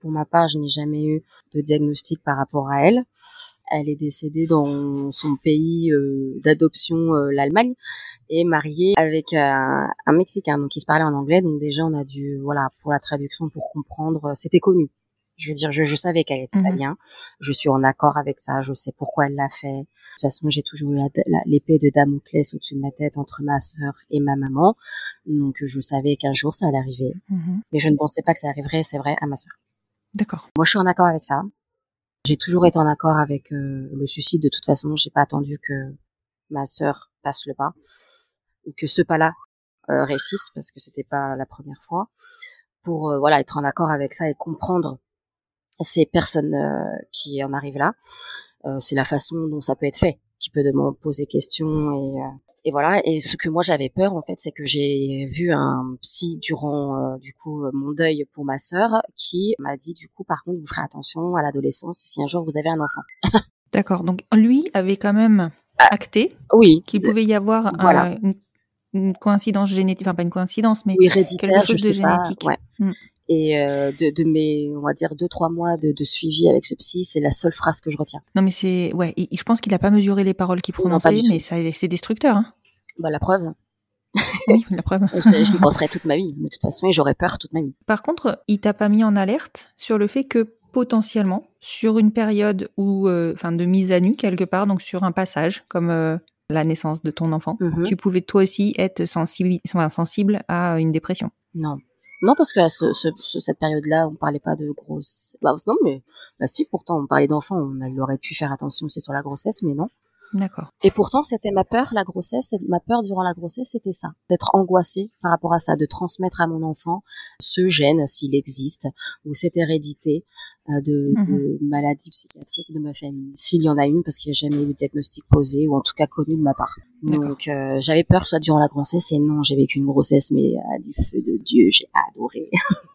pour ma part, je n'ai jamais eu de diagnostic par rapport à elle. Elle est décédée dans son pays d'adoption, l'Allemagne, et mariée avec un Mexicain. Donc, il se parlait en anglais. Donc, déjà, on a dû, voilà, pour la traduction, pour comprendre, c'était connu. Je veux dire, je savais qu'elle était pas bien. Je suis en accord avec ça. Je sais pourquoi elle l'a fait. De toute façon, j'ai toujours eu l'épée de Damoclès au-dessus de ma tête entre ma sœur et ma maman. Donc, je savais qu'un jour, ça allait arriver. Mais je ne pensais pas que ça arriverait, c'est vrai, à ma sœur. D'accord. Moi, je suis en accord avec ça. J'ai toujours été en accord avec le suicide. De toute façon, j'ai pas attendu que ma sœur passe le pas ou que ce pas-là réussisse, parce que c'était pas la première fois. Pour voilà, être en accord avec ça et comprendre ces personnes qui en arrivent là. C'est la façon dont ça peut être fait qui peut me poser question, et voilà. Et ce que moi j'avais peur en fait, c'est que j'ai vu un psy durant du coup mon deuil pour ma sœur, qui m'a dit du coup, par contre, vous ferez attention à l'adolescence si un jour vous avez un enfant. D'accord. Donc lui avait quand même acté qu'il pouvait y avoir une coïncidence génétique, enfin pas une coïncidence, mais héréditaire, quelque chose je de sais génétique. Pas, ouais. Et de mes, on va dire, 2-3 mois de suivi avec ce psy, c'est la seule phrase que je retiens. Non, mais je pense qu'il a pas mesuré les paroles qu'il prononçait, mais c'est destructeur, hein. Bah, la preuve. Oui, la preuve. Je y penserai toute ma vie, de toute façon, et j'aurais peur toute ma vie. Par contre, il t'a pas mis en alerte sur le fait que potentiellement, sur une période où, de mise à nu quelque part, donc sur un passage comme la naissance de ton enfant, tu pouvais toi aussi être sensible à une dépression. Non, parce que à cette période-là, on parlait pas de grosse. Non, mais si, pourtant, on parlait d'enfants, on aurait pu faire attention aussi sur la grossesse, mais non. D'accord. Et pourtant, c'était ma peur, la grossesse. Ma peur durant la grossesse, c'était ça, d'être angoissée par rapport à ça, de transmettre à mon enfant ce gène, s'il existe, ou cette hérédité de maladie psychiatrique de ma famille, s'il y en a une, parce qu'il n'y a jamais eu de diagnostic posé, ou en tout cas connu de ma part. Donc, j'avais peur soit durant la grossesse, et non, j'ai vécu une grossesse, mais du feu de Dieu, j'ai adoré.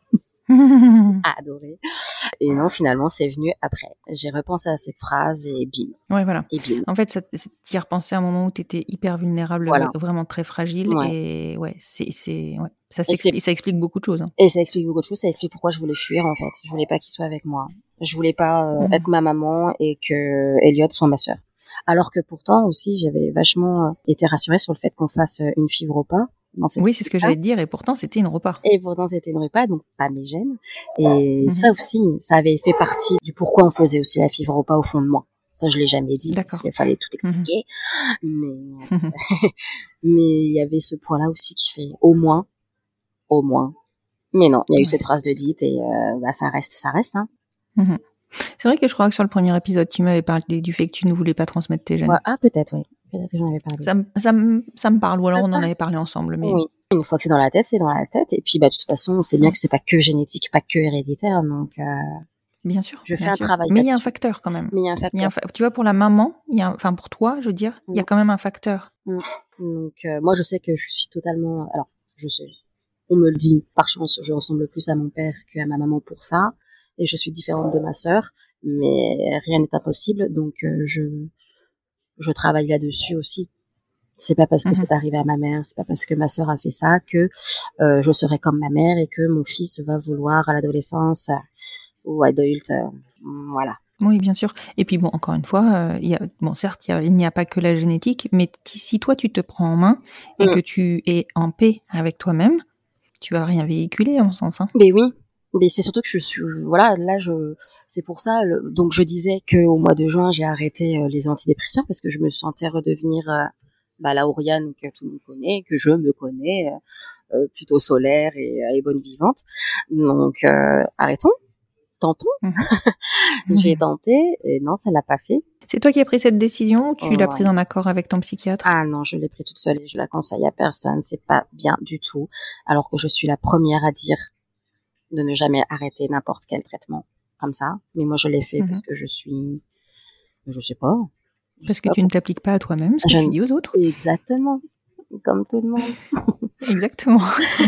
Adoré. Et non, finalement, c'est venu après. J'ai repensé à cette phrase et bim. Ouais, voilà. Et bim. En fait, t'y as repensé à un moment où t'étais hyper vulnérable, voilà. Vraiment très fragile. Ouais. Et ouais, ça explique beaucoup de choses. Hein. Et ça explique beaucoup de choses. Ça explique pourquoi je voulais fuir, en fait. Je voulais pas qu'il soit avec moi. Je voulais pas être ma maman et que Elliot soit ma sœur. Alors que pourtant aussi, j'avais vachement été rassurée sur le fait qu'on fasse une FIV repas. Oui, c'est ce que j'allais te dire, et pourtant c'était une repas. Et pourtant c'était une repas, donc pas mes gènes. Et ça aussi, ça avait fait partie du pourquoi on faisait aussi la FIV repas au fond de moi. Ça, je l'ai jamais dit, parce qu'il fallait tout expliquer. Mais il y avait ce point-là aussi qui fait au moins. Mais non, il y a eu cette phrase de dite, et ça reste, hein. C'est vrai que je crois que sur le premier épisode, tu m'avais parlé du fait que tu ne voulais pas transmettre tes gènes. Ouais, peut-être, oui. Peut-être que j'en avais parlé. Ça me parle, ou alors on en avait parlé ensemble. Mais... Oui. Une fois que c'est dans la tête, c'est dans la tête. Et puis, de toute façon, on sait bien que c'est pas que génétique, pas que héréditaire. Donc, bien sûr. Je fais un travail. Mais il y a un facteur quand même. Tu vois, pour la maman, pour toi, je veux dire, il y a quand même un facteur. Donc, moi, je sais que je suis totalement, alors, je sais, on me le dit, par chance, je ressemble plus à mon père qu'à ma maman pour ça. Et je suis différente de ma sœur. Mais rien n'est impossible. Donc, je travaille là-dessus aussi. C'est pas parce que c'est arrivé à ma mère, c'est pas parce que ma sœur a fait ça que je serai comme ma mère et que mon fils va vouloir à l'adolescence ou adulte, voilà. Oui, bien sûr. Et puis bon, encore une fois, certes, il n'y a pas que la génétique, mais si toi tu te prends en main et que tu es en paix avec toi-même, tu vas rien véhiculer, à mon sens. Hein. Mais oui. Mais c'est surtout que je suis, voilà, là, c'est pour ça, donc je disais que au mois de juin, j'ai arrêté les antidépresseurs parce que je me sentais redevenir la Oriane que tout le monde connaît, que je me connais, plutôt solaire et bonne vivante. Donc, arrêtons, tentons. J'ai tenté et non, ça l'a pas fait. C'est toi qui as pris cette décision ou tu l'as prise en accord avec ton psychiatre? Ah non, je l'ai pris toute seule et je la conseille à personne. C'est pas bien du tout. Alors que je suis la première à dire de ne jamais arrêter n'importe quel traitement comme ça. Mais moi, je l'ai fait parce que je sais pas. Parce que tu ne t'appliques pas à toi-même, ce que tu dis aux autres. Exactement. Comme tout le monde. Exactement.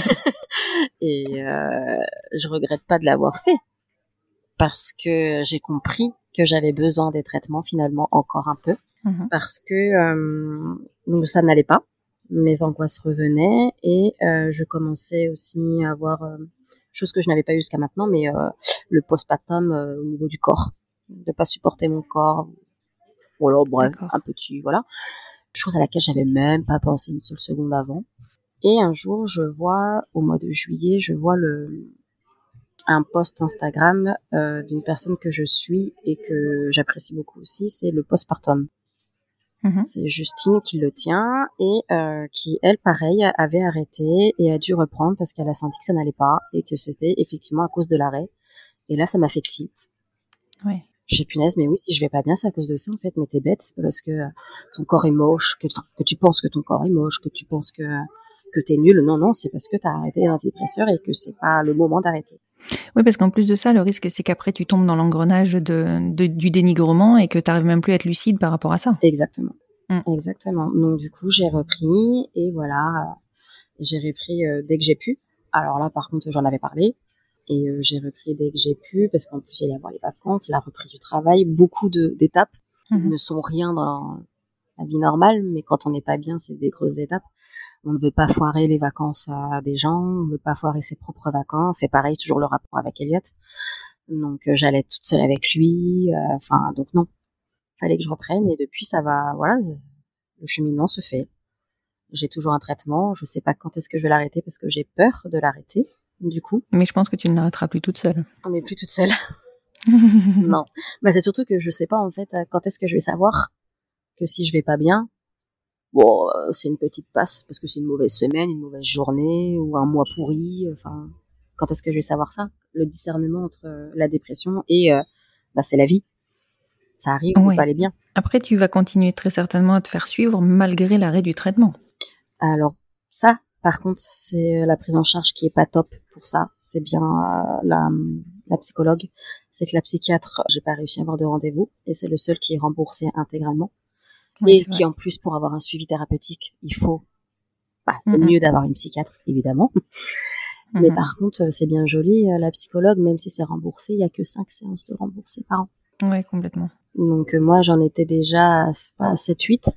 Et je regrette pas de l'avoir fait. Parce que j'ai compris que j'avais besoin des traitements finalement encore un peu. Parce que donc ça n'allait pas. Mes angoisses revenaient et je commençais aussi à avoir chose que je n'avais pas eu jusqu'à maintenant, mais le postpartum au niveau du corps, de pas supporter mon corps, voilà, bref, D'accord. un petit, voilà, chose à laquelle j'avais même pas pensé une seule seconde avant. Et un jour, au mois de juillet, un post Instagram d'une personne que je suis et que j'apprécie beaucoup aussi, c'est le postpartum. C'est Justine qui le tient et qui, elle, pareil, avait arrêté et a dû reprendre parce qu'elle a senti que ça n'allait pas et que c'était effectivement à cause de l'arrêt. Et là, ça m'a fait tilt. Ouais. Je sais, punaise, mais oui, si je vais pas bien, c'est à cause de ça, en fait. Mais t'es bête, c'est pas parce que ton corps est moche, que tu penses que ton corps est moche, que tu penses que t'es nul. Non, c'est parce que t'as arrêté les antidépresseurs et que c'est pas le moment d'arrêter. Oui, parce qu'en plus de ça, le risque, c'est qu'après, tu tombes dans l'engrenage du dénigrement et que tu n'arrives même plus à être lucide par rapport à ça. Exactement. Exactement. Donc, du coup, j'ai repris et voilà, j'ai repris dès que j'ai pu. Alors là, par contre, j'en avais parlé et j'ai repris dès que j'ai pu parce qu'en plus, il y a les vacances, la reprise du travail, beaucoup d'étapes qui ne sont rien dans la vie normale, mais quand on n'est pas bien, c'est des grosses étapes. On ne veut pas foirer les vacances des gens, on ne veut pas foirer ses propres vacances. C'est pareil, toujours le rapport avec Elliot. Donc j'allais toute seule avec lui. Donc non, fallait que je reprenne. Et depuis, ça va. Voilà, le cheminement se fait. J'ai toujours un traitement. Je sais pas quand est-ce que je vais l'arrêter parce que j'ai peur de l'arrêter. Du coup. Mais je pense que tu ne l'arrêteras plus toute seule. Mais plus toute seule. Non. Bah c'est surtout que je sais pas en fait quand est-ce que je vais savoir que si je vais pas bien. Bon, c'est une petite passe parce que c'est une mauvaise semaine, une mauvaise journée ou un mois pourri. Enfin, quand est-ce que je vais savoir ça? Le discernement entre la dépression et c'est la vie. Ça arrive de pas aller bien. Après, tu vas continuer très certainement à te faire suivre malgré l'arrêt du traitement. Alors ça, par contre, c'est la prise en charge qui est pas top pour ça. C'est bien la psychologue. C'est que la psychiatre, j'ai pas réussi à avoir de rendez-vous et c'est le seul qui est remboursé intégralement. Oui, et qui en plus pour avoir un suivi thérapeutique, il faut, c'est mieux d'avoir une psychiatre évidemment. Mais par contre, c'est bien joli, la psychologue, même si c'est remboursé, il y a que 5 séances de remboursées par an. Ouais, complètement. Donc moi j'en étais déjà à 7-8.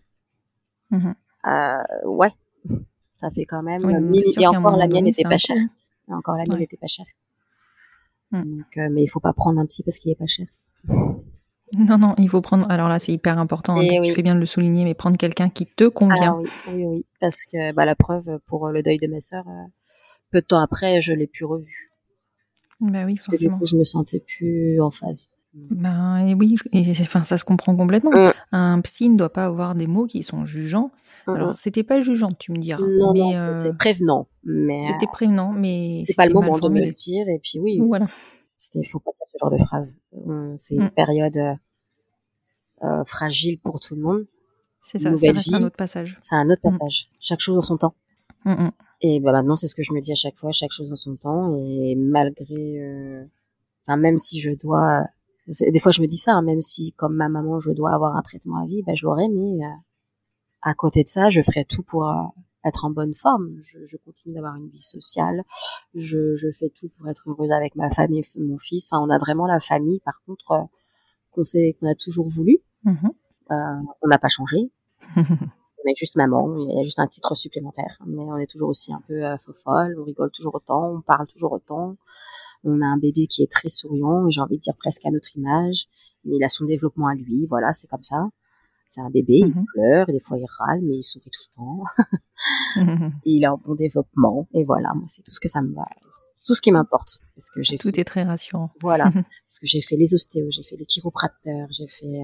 Ouais, ça fait quand même. Et encore la mienne n'était pas chère. Encore la mienne n'était pas chère. Donc, mais il faut pas prendre un psy parce qu'il est pas cher. Non, il faut prendre. Alors là, c'est hyper important. Tu fais bien de le souligner, mais prendre quelqu'un qui te convient. Ah oui, parce que la preuve pour le deuil de ma sœur, peu de temps après, je l'ai plus revu. Bah oui, forcément. Parce que du coup, je me sentais plus en phase. Et oui, ça se comprend complètement. Un psy ne doit pas avoir des mots qui sont jugeants. Alors, c'était pas jugeant, tu me diras. Non, c'était prévenant. C'était prévenant, mais c'est pas le moment de me le dire. Et puis oui. Voilà. Il faut pas dire ce genre de phrase. C'est une période fragile pour tout le monde. C'est ça, ça reste un autre passage. C'est un autre passage. Chaque chose en son temps. Et maintenant, c'est ce que je me dis à chaque fois, chaque chose en son temps. Et malgré... même si je dois... Des fois, je me dis ça, même si, comme ma maman, je dois avoir un traitement à vie, je l'aurai, mais à côté de ça, je ferai tout pour être en bonne forme. Je continue d'avoir une vie sociale. Je fais tout pour être heureuse avec ma famille, mon fils. On a vraiment la famille, par contre, qu'on a toujours voulu. On n'a pas changé. On est juste maman. Il y a juste un titre supplémentaire. Mais on est toujours aussi un peu fofolle. On rigole toujours autant. On parle toujours autant. On a un bébé qui est très souriant. Et j'ai envie de dire presque à notre image. Mais il a son développement à lui. Voilà, c'est comme ça. C'est un bébé, il pleure, et des fois il râle, mais il sourit tout le temps. Et il a un bon développement. Et voilà, moi, c'est tout ce que ça me va. C'est tout ce qui m'importe. Parce que tout est très rassurant. Voilà. Parce que j'ai fait les ostéos, j'ai fait les chiropracteurs, j'ai fait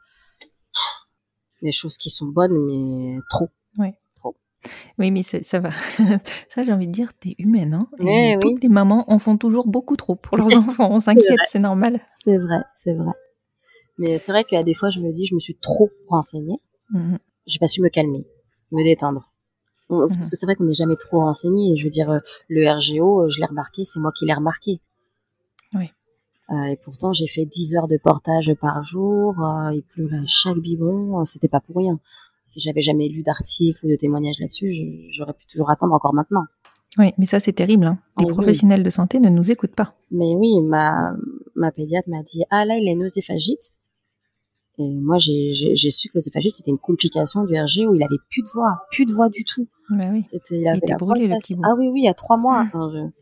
des choses qui sont bonnes, mais trop. Oui. Trop. Oui, mais ça va. Ça, j'ai envie de dire, t'es humaine, hein. Et toutes les mamans en font toujours beaucoup trop pour leurs enfants. On s'inquiète, c'est normal. C'est vrai, c'est vrai. Mais c'est vrai qu'à des fois, je me dis, je me suis trop renseignée. J'ai pas su me calmer, me détendre. Parce que c'est vrai qu'on n'est jamais trop renseigné. Je veux dire, le RGO, je l'ai remarqué, c'est moi qui l'ai remarqué. Oui. Et pourtant, j'ai fait 10 heures de portage par jour. Il pleurait à chaque biberon. C'était pas pour rien. Si j'avais jamais lu d'articles ou de témoignages là-dessus, j'aurais pu toujours attendre encore maintenant. Oui, mais ça, c'est terrible. Hein. Les professionnels de santé ne nous écoutent pas. Mais oui, ma pédiatre m'a dit, ah là, il est nauséphagite. Et moi, j'ai su que l'œsophagite, c'était une complication du RG où il avait plus de voix du tout. Bah oui. Il avait était brûlé, le petit bout. Ah oui, il y a 3 mois.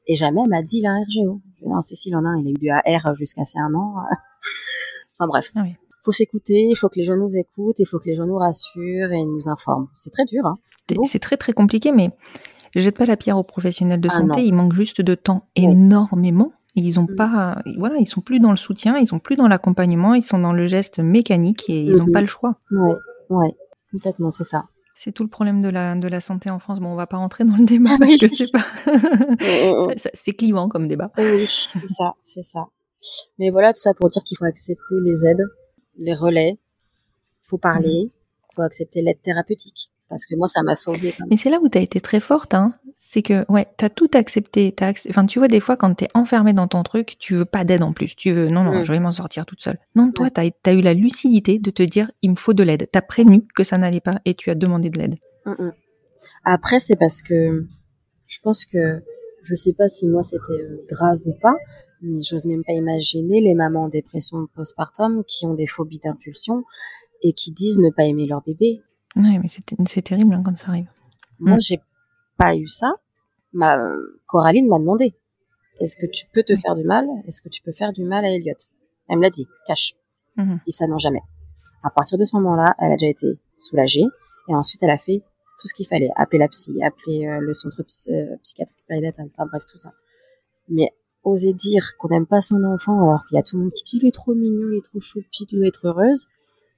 Et jamais elle m'a dit il a un RGO. Non, Cécile en a un, il a eu du AR jusqu'à ses 1 an. Enfin bref. Oui. Faut s'écouter, il faut que les gens nous écoutent, il faut que les gens nous rassurent et nous informent. C'est très dur, hein. C'est très très compliqué, mais je jette pas la pierre aux professionnels de santé, non. il manque juste de temps Oui. énormément. Ils ont pas, voilà, ils sont plus dans le soutien, ils sont plus dans l'accompagnement, ils sont dans le geste mécanique et ils ont pas le choix. Ouais, complètement, c'est ça. C'est tout le problème de la santé en France. Bon, on va pas rentrer dans le débat parce que c'est pas, c'est clivant comme débat. Oui, c'est ça. Mais voilà, tout ça pour dire qu'il faut accepter les aides, les relais, faut parler, faut accepter l'aide thérapeutique. Parce que moi, ça m'a sauvée. Mais c'est là où t'as été très forte, hein. C'est que, ouais, t'as tout accepté. Enfin, tu vois, des fois, quand t'es enfermée dans ton truc, tu veux pas d'aide en plus. Tu veux, non, je vais m'en sortir toute seule. Non, toi, t'as eu la lucidité de te dire, il me faut de l'aide. T'as prévenu que ça n'allait pas et tu as demandé de l'aide. Après, c'est parce que je pense que, je sais pas si moi c'était grave ou pas, mais j'ose même pas imaginer les mamans en dépression postpartum qui ont des phobies d'impulsion et qui disent ne pas aimer leur bébé. Ouais, mais c'est terrible hein, quand ça arrive. Moi, j'ai pas eu ça. Coraline m'a demandé, est-ce que tu peux te faire du mal? Est-ce que tu peux faire du mal à Elliot? Elle me l'a dit, cache. Dit ça non jamais. À partir de ce moment-là, elle a déjà été soulagée et ensuite elle a fait tout ce qu'il fallait. Appeler la psy, appeler le centre psychiatrique périnatal, enfin bref, tout ça. Mais oser dire qu'on n'aime pas son enfant alors qu'il y a tout le monde qui dit il est trop mignon, il est trop choupi, tu dois être heureuse.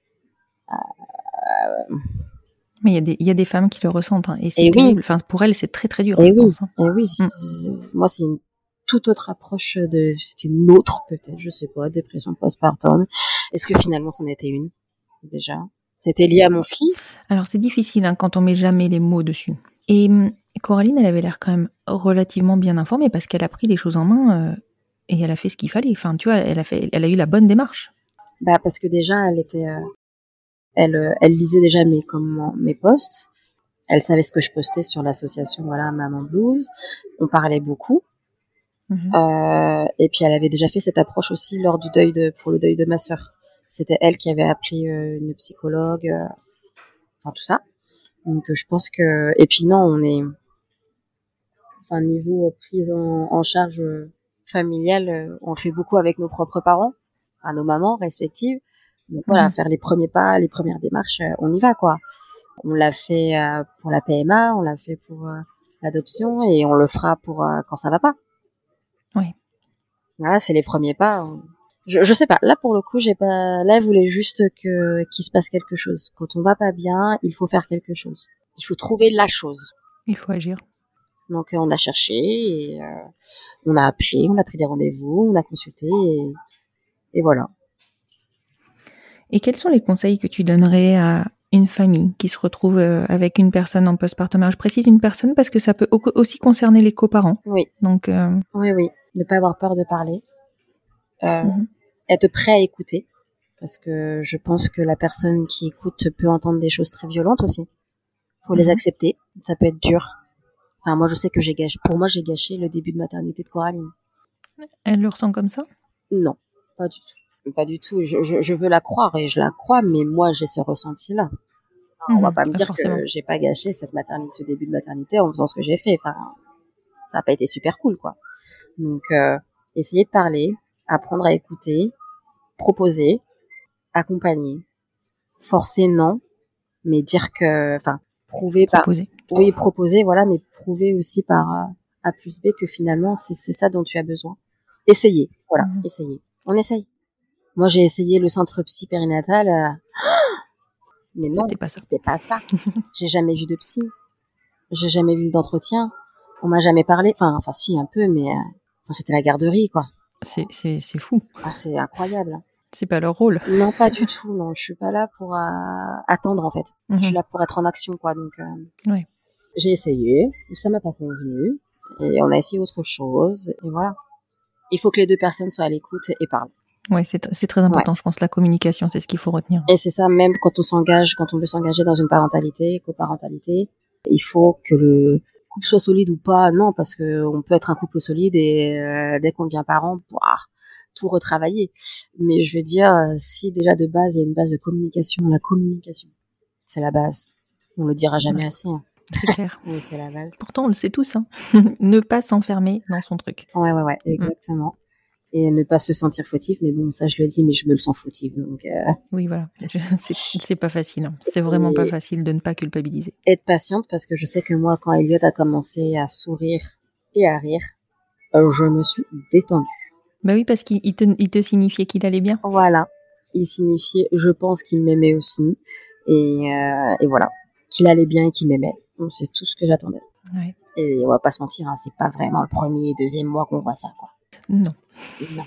Mais il y a des femmes qui le ressentent, hein, et c'est terrible. Oui. Enfin, pour elles, c'est très très dur, je pense. Hein. Et oui, moi, c'est une toute autre approche c'est une autre, peut-être, je sais pas, dépression postpartum. Est-ce que finalement, c'en était une, déjà? C'était lié à mon fils? Alors, c'est difficile, hein, quand on met jamais les mots dessus. Et Coraline, elle avait l'air quand même relativement bien informée parce qu'elle a pris les choses en main, et elle a fait ce qu'il fallait. Enfin, tu vois, elle a eu la bonne démarche. Parce que déjà, elle était, elle lisait déjà mes posts. Elle savait ce que je postais sur l'association, voilà, Maman Blues. On parlait beaucoup. Et puis elle avait déjà fait cette approche aussi lors du pour le deuil de ma sœur. C'était elle qui avait appelé une psychologue, enfin tout ça. Donc je pense que, et puis non, on est, enfin niveau prise en charge familiale, on le fait beaucoup avec nos propres parents, enfin nos mamans respectives. Donc voilà, faire les premiers pas, les premières démarches, on y va quoi. On l'a fait pour la PMA, on l'a fait pour l'adoption et on le fera pour quand ça va pas. Oui. Voilà, c'est les premiers pas. Je sais pas. Là, pour le coup, là, elle voulait juste qu'il se passe quelque chose. Quand on va pas bien, il faut faire quelque chose. Il faut trouver la chose. Il faut agir. Donc, on a cherché et on a appelé, on a pris des rendez-vous, on a consulté et voilà. Et quels sont les conseils que tu donnerais à une famille qui se retrouve avec une personne en postpartum? Je précise une personne parce que ça peut aussi concerner les coparents. Oui. Donc oui. Ne pas avoir peur de parler. Être prêt à écouter. Parce que je pense que la personne qui écoute peut entendre des choses très violentes aussi. Faut les accepter. Ça peut être dur. Enfin, moi, je sais que j'ai gâché le début de maternité de Coraline. Elle le ressent comme ça? Non, pas du tout. Pas du tout. Je veux la croire et je la crois, mais moi, j'ai ce ressenti-là. On va pas me dire forcément que j'ai pas gâché ce début de maternité en faisant ce que j'ai fait. Enfin, ça a pas été super cool, quoi. Donc, essayer de parler, apprendre à écouter, proposer, accompagner, forcer non, mais dire que, enfin, proposer, voilà, mais prouver aussi par A plus B que finalement c'est ça dont tu as besoin. Essayer, voilà, essayer. On essaye. Moi, j'ai essayé le centre psy périnatal, mais non, c'était pas ça. J'ai jamais vu de psy, j'ai jamais vu d'entretien, on m'a jamais parlé, enfin si un peu, mais c'était la garderie, quoi. C'est fou. Ah, c'est incroyable. C'est pas leur rôle. Non, pas du tout. Non, je suis pas là pour attendre en fait. Je suis là pour être en action, quoi. Donc, ouais. J'ai essayé, ça m'a pas convenu, et on a essayé autre chose, et voilà. Il faut que les deux personnes soient à l'écoute et parlent. Ouais, c'est très important. Ouais. Je pense la communication, c'est ce qu'il faut retenir. Et c'est ça, même quand on veut s'engager dans une parentalité, coparentalité, il faut que le couple soit solide ou pas. Non, parce que on peut être un couple solide et dès qu'on devient parent, tout retravailler. Mais je veux dire, si déjà de base il y a une base de communication, la communication, c'est la base. On le dira jamais assez. Hein. C'est clair. Oui, c'est la base. Pourtant, on le sait tous, hein. Ne pas s'enfermer dans son truc. Ouais, exactement. Et ne pas se sentir fautif, mais bon, ça je le dis, mais je me le sens fautif, donc... Oui, voilà. C'est pas facile, hein. C'est vraiment pas facile de ne pas culpabiliser. Être patiente, parce que je sais que moi, quand Elliot a commencé à sourire et à rire, je me suis détendue. Bah oui, parce qu'il te signifiait qu'il allait bien. Voilà. Il signifiait, je pense qu'il m'aimait aussi, et voilà. Qu'il allait bien et qu'il m'aimait. Donc, c'est tout ce que j'attendais. Ouais. Et on va pas se mentir, hein, c'est pas vraiment le premier et deuxième mois qu'on voit ça, quoi. Non. Non.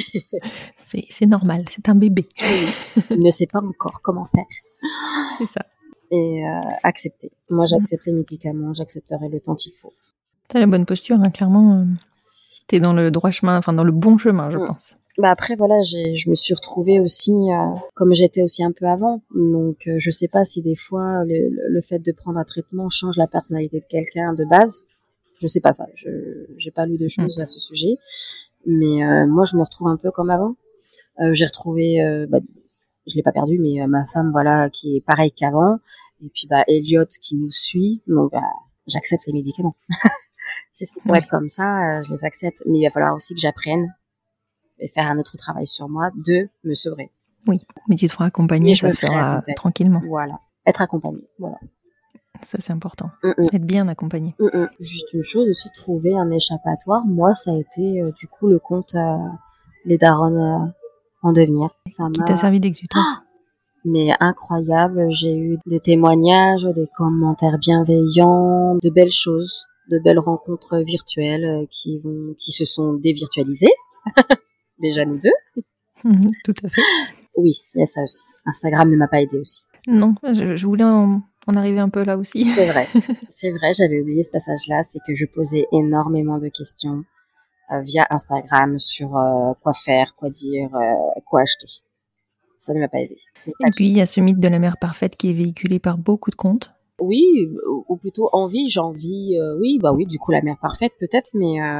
C'est normal, c'est un bébé. Il ne sait pas encore comment faire. C'est ça. Et accepter. Moi, j'accepte les médicaments, j'accepterai le temps qu'il faut. T'as la bonne posture, hein, clairement. T'es dans le droit chemin, enfin dans le bon chemin, je pense. Bah après, voilà, je me suis retrouvée aussi comme j'étais aussi un peu avant. Donc, je sais pas si des fois, le fait de prendre un traitement change la personnalité de quelqu'un de base. Je sais pas ça. J'ai pas lu de choses à ce sujet. Mais moi, je me retrouve un peu comme avant. J'ai retrouvé, je l'ai pas perdu, mais ma femme, voilà, qui est pareil qu'avant. Et puis, Elliot qui nous suit. Donc, j'accepte les médicaments. C'est pour être comme ça, je les accepte. Mais il va falloir aussi que j'apprenne et faire un autre travail sur moi de me sevrer. Oui, mais tu te feras accompagner, ça se fera tranquillement. Voilà, être accompagné, voilà. Ça, c'est important. Être bien accompagné. Juste une chose aussi, trouver un échappatoire. Moi, ça a été du coup le compte Les Daronnes en devenir. Qui t'a servi d'exutoire. Mais incroyable, j'ai eu des témoignages, des commentaires bienveillants, de belles choses, de belles rencontres virtuelles qui se sont dévirtualisées. Déjà nous deux. Tout à fait. Oui, il y a ça aussi. Instagram ne m'a pas aidé aussi. Non, je voulais en arriver un peu là aussi. C'est vrai, j'avais oublié ce passage-là, c'est que je posais énormément de questions via Instagram sur quoi faire, quoi dire, quoi acheter. Ça ne m'a pas aidé. Et puis il y a ce mythe de la mère parfaite qui est véhiculé par beaucoup de comptes. Oui, ou plutôt j'envie, oui, du coup la mère parfaite peut-être,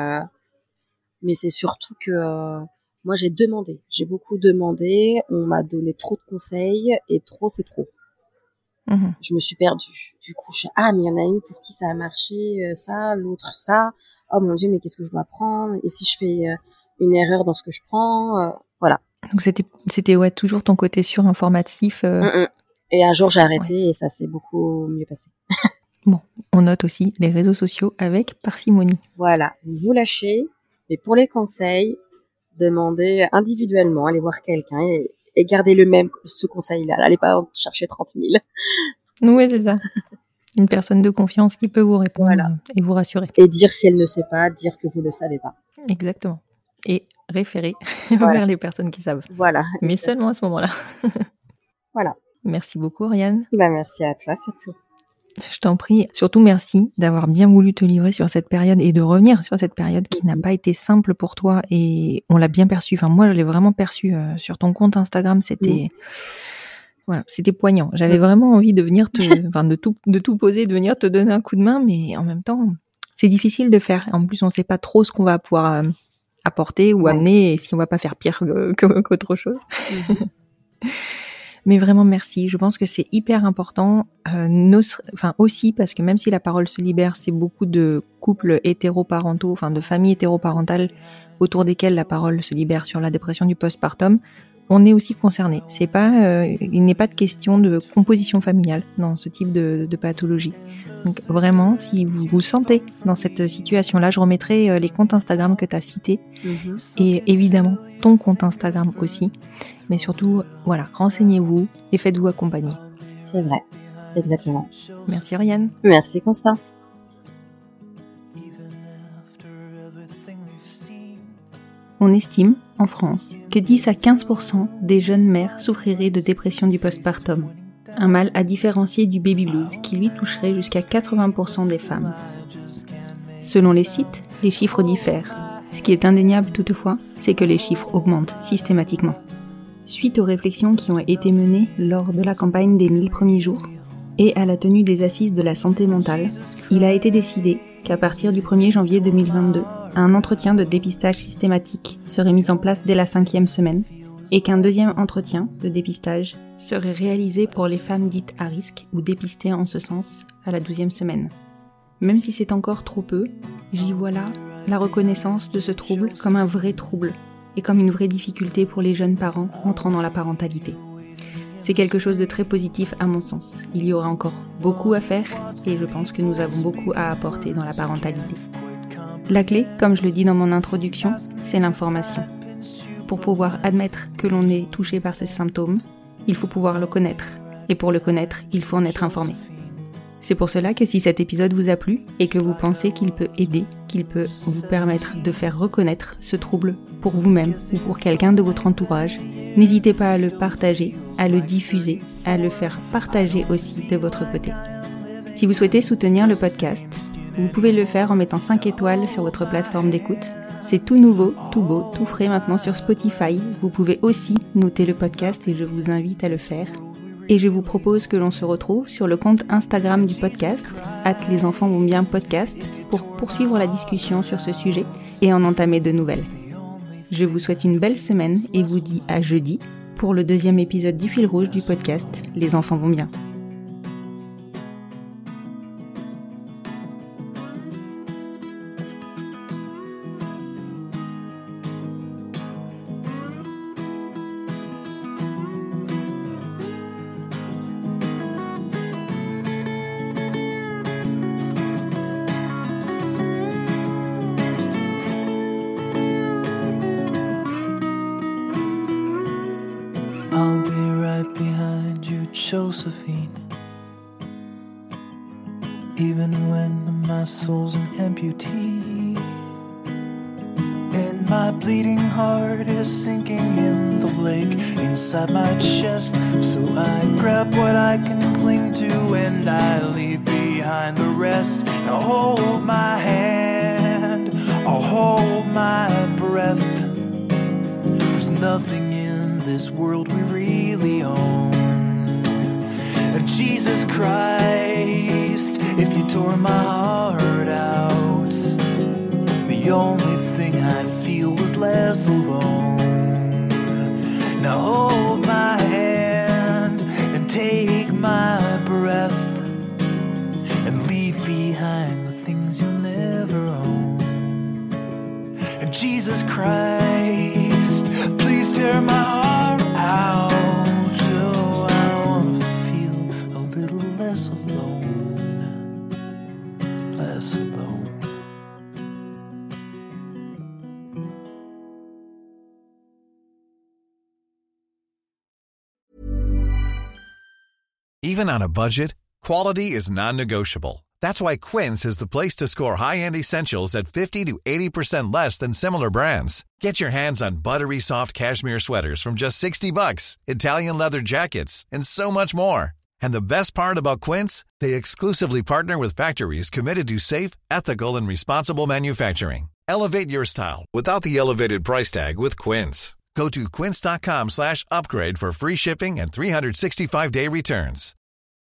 mais c'est surtout que moi j'ai beaucoup demandé, on m'a donné trop de conseils et trop c'est trop. Je me suis perdue. Du coup, mais il y en a une pour qui ça a marché, ça, l'autre ça. Oh mon Dieu, mais qu'est-ce que je dois prendre? Et si je fais une erreur dans ce que je prends, voilà. Donc c'était toujours ton côté surinformatif. Et un jour j'ai arrêté et ça s'est beaucoup mieux passé. Bon, on note aussi les réseaux sociaux avec parcimonie. Voilà, vous lâchez, mais pour les conseils, demandez individuellement, allez voir quelqu'un et gardez ce conseil-là. Allez pas chercher 30 000. Oui, c'est ça. Une personne de confiance qui peut vous répondre et vous rassurer. Et dire si elle ne sait pas, dire que vous ne savez pas. Exactement. Et référer vers les personnes qui savent. Voilà. Mais seulement à ce moment-là. Voilà. Merci beaucoup, Oriane. Merci à toi surtout. Je t'en prie. Surtout merci d'avoir bien voulu te livrer sur cette période et de revenir sur cette période qui n'a pas été simple pour toi et on l'a bien perçu. Enfin, moi, je l'ai vraiment perçu sur ton compte Instagram. C'était, c'était poignant. J'avais vraiment envie de venir de tout poser, de venir te donner un coup de main, mais en même temps, c'est difficile de faire. En plus, on sait pas trop ce qu'on va pouvoir apporter ou amener et si on va pas faire pire qu'autre chose. Mais vraiment merci, je pense que c'est hyper important, aussi parce que même si la parole se libère, c'est beaucoup de couples hétéroparentaux, de familles hétéroparentales autour desquelles la parole se libère sur la dépression du postpartum, on est aussi concerné. Il n'est pas de question de composition familiale dans ce type de pathologie. Donc vraiment, si vous vous sentez dans cette situation-là, je remettrai les comptes Instagram que tu as cités et évidemment ton compte Instagram aussi. Mais surtout, renseignez-vous et faites-vous accompagner. C'est vrai, exactement. Merci Oriane. Merci Constance. On estime, en France, que 10 à 15% des jeunes mères souffriraient de dépression du postpartum. Un mal à différencier du baby blues qui lui toucherait jusqu'à 80% des femmes. Selon les sites, les chiffres diffèrent. Ce qui est indéniable toutefois, c'est que les chiffres augmentent systématiquement. Suite aux réflexions qui ont été menées lors de la campagne des 1000 premiers jours et à la tenue des assises de la santé mentale, il a été décidé qu'à partir du 1er janvier 2022, un entretien de dépistage systématique serait mis en place dès la 5e semaine et qu'un deuxième entretien de dépistage serait réalisé pour les femmes dites à risque ou dépistées en ce sens à la 12e semaine. Même si c'est encore trop peu, j'y vois là la reconnaissance de ce trouble comme un vrai trouble et comme une vraie difficulté pour les jeunes parents entrant dans la parentalité. C'est quelque chose de très positif à mon sens. Il y aura encore beaucoup à faire et je pense que nous avons beaucoup à apporter dans la parentalité. La clé, comme je le dis dans mon introduction, c'est l'information. Pour pouvoir admettre que l'on est touché par ce symptôme, il faut pouvoir le connaître. Et pour le connaître, il faut en être informé. C'est pour cela que si cet épisode vous a plu et que vous pensez qu'il peut aider, qu'il peut vous permettre de faire reconnaître ce trouble pour vous-même ou pour quelqu'un de votre entourage, n'hésitez pas à le partager, à le diffuser, à le faire partager aussi de votre côté. Si vous souhaitez soutenir le podcast, vous pouvez le faire en mettant 5 étoiles sur votre plateforme d'écoute. C'est tout nouveau, tout beau, tout frais maintenant sur Spotify. Vous pouvez aussi noter le podcast et je vous invite à le faire. Et je vous propose que l'on se retrouve sur le compte Instagram du podcast, @lesenfantsvonbienpodcast, pour poursuivre la discussion sur ce sujet et en entamer de nouvelles. Je vous souhaite une belle semaine et vous dis à jeudi pour le 2e épisode du fil rouge du podcast Les enfants vont bien. I'll be right behind you, Josephine. Even when my soul's an amputee, and my bleeding heart is sinking in the lake inside my chest. So I grab what I can cling to and I leave behind the rest. Now hold my hand, I'll hold my breath. There's nothing in this world we really own. And Jesus Christ, if you tore my heart out, the only thing I'd feel was less alone. Now hold my hand and take my breath and leave behind the things you'll never own. And Jesus Christ, please tear my heart out. Oh, I wanna feel a little less alone, less alone. Even on a budget, quality is non-negotiable. That's why Quince is the place to score high-end essentials at 50 to 80% less than similar brands. Get your hands on buttery soft cashmere sweaters from just $60, Italian leather jackets, and so much more. And the best part about Quince, they exclusively partner with factories committed to safe, ethical, and responsible manufacturing. Elevate your style without the elevated price tag with Quince. Go to quince.com/upgrade for free shipping and 365-day returns.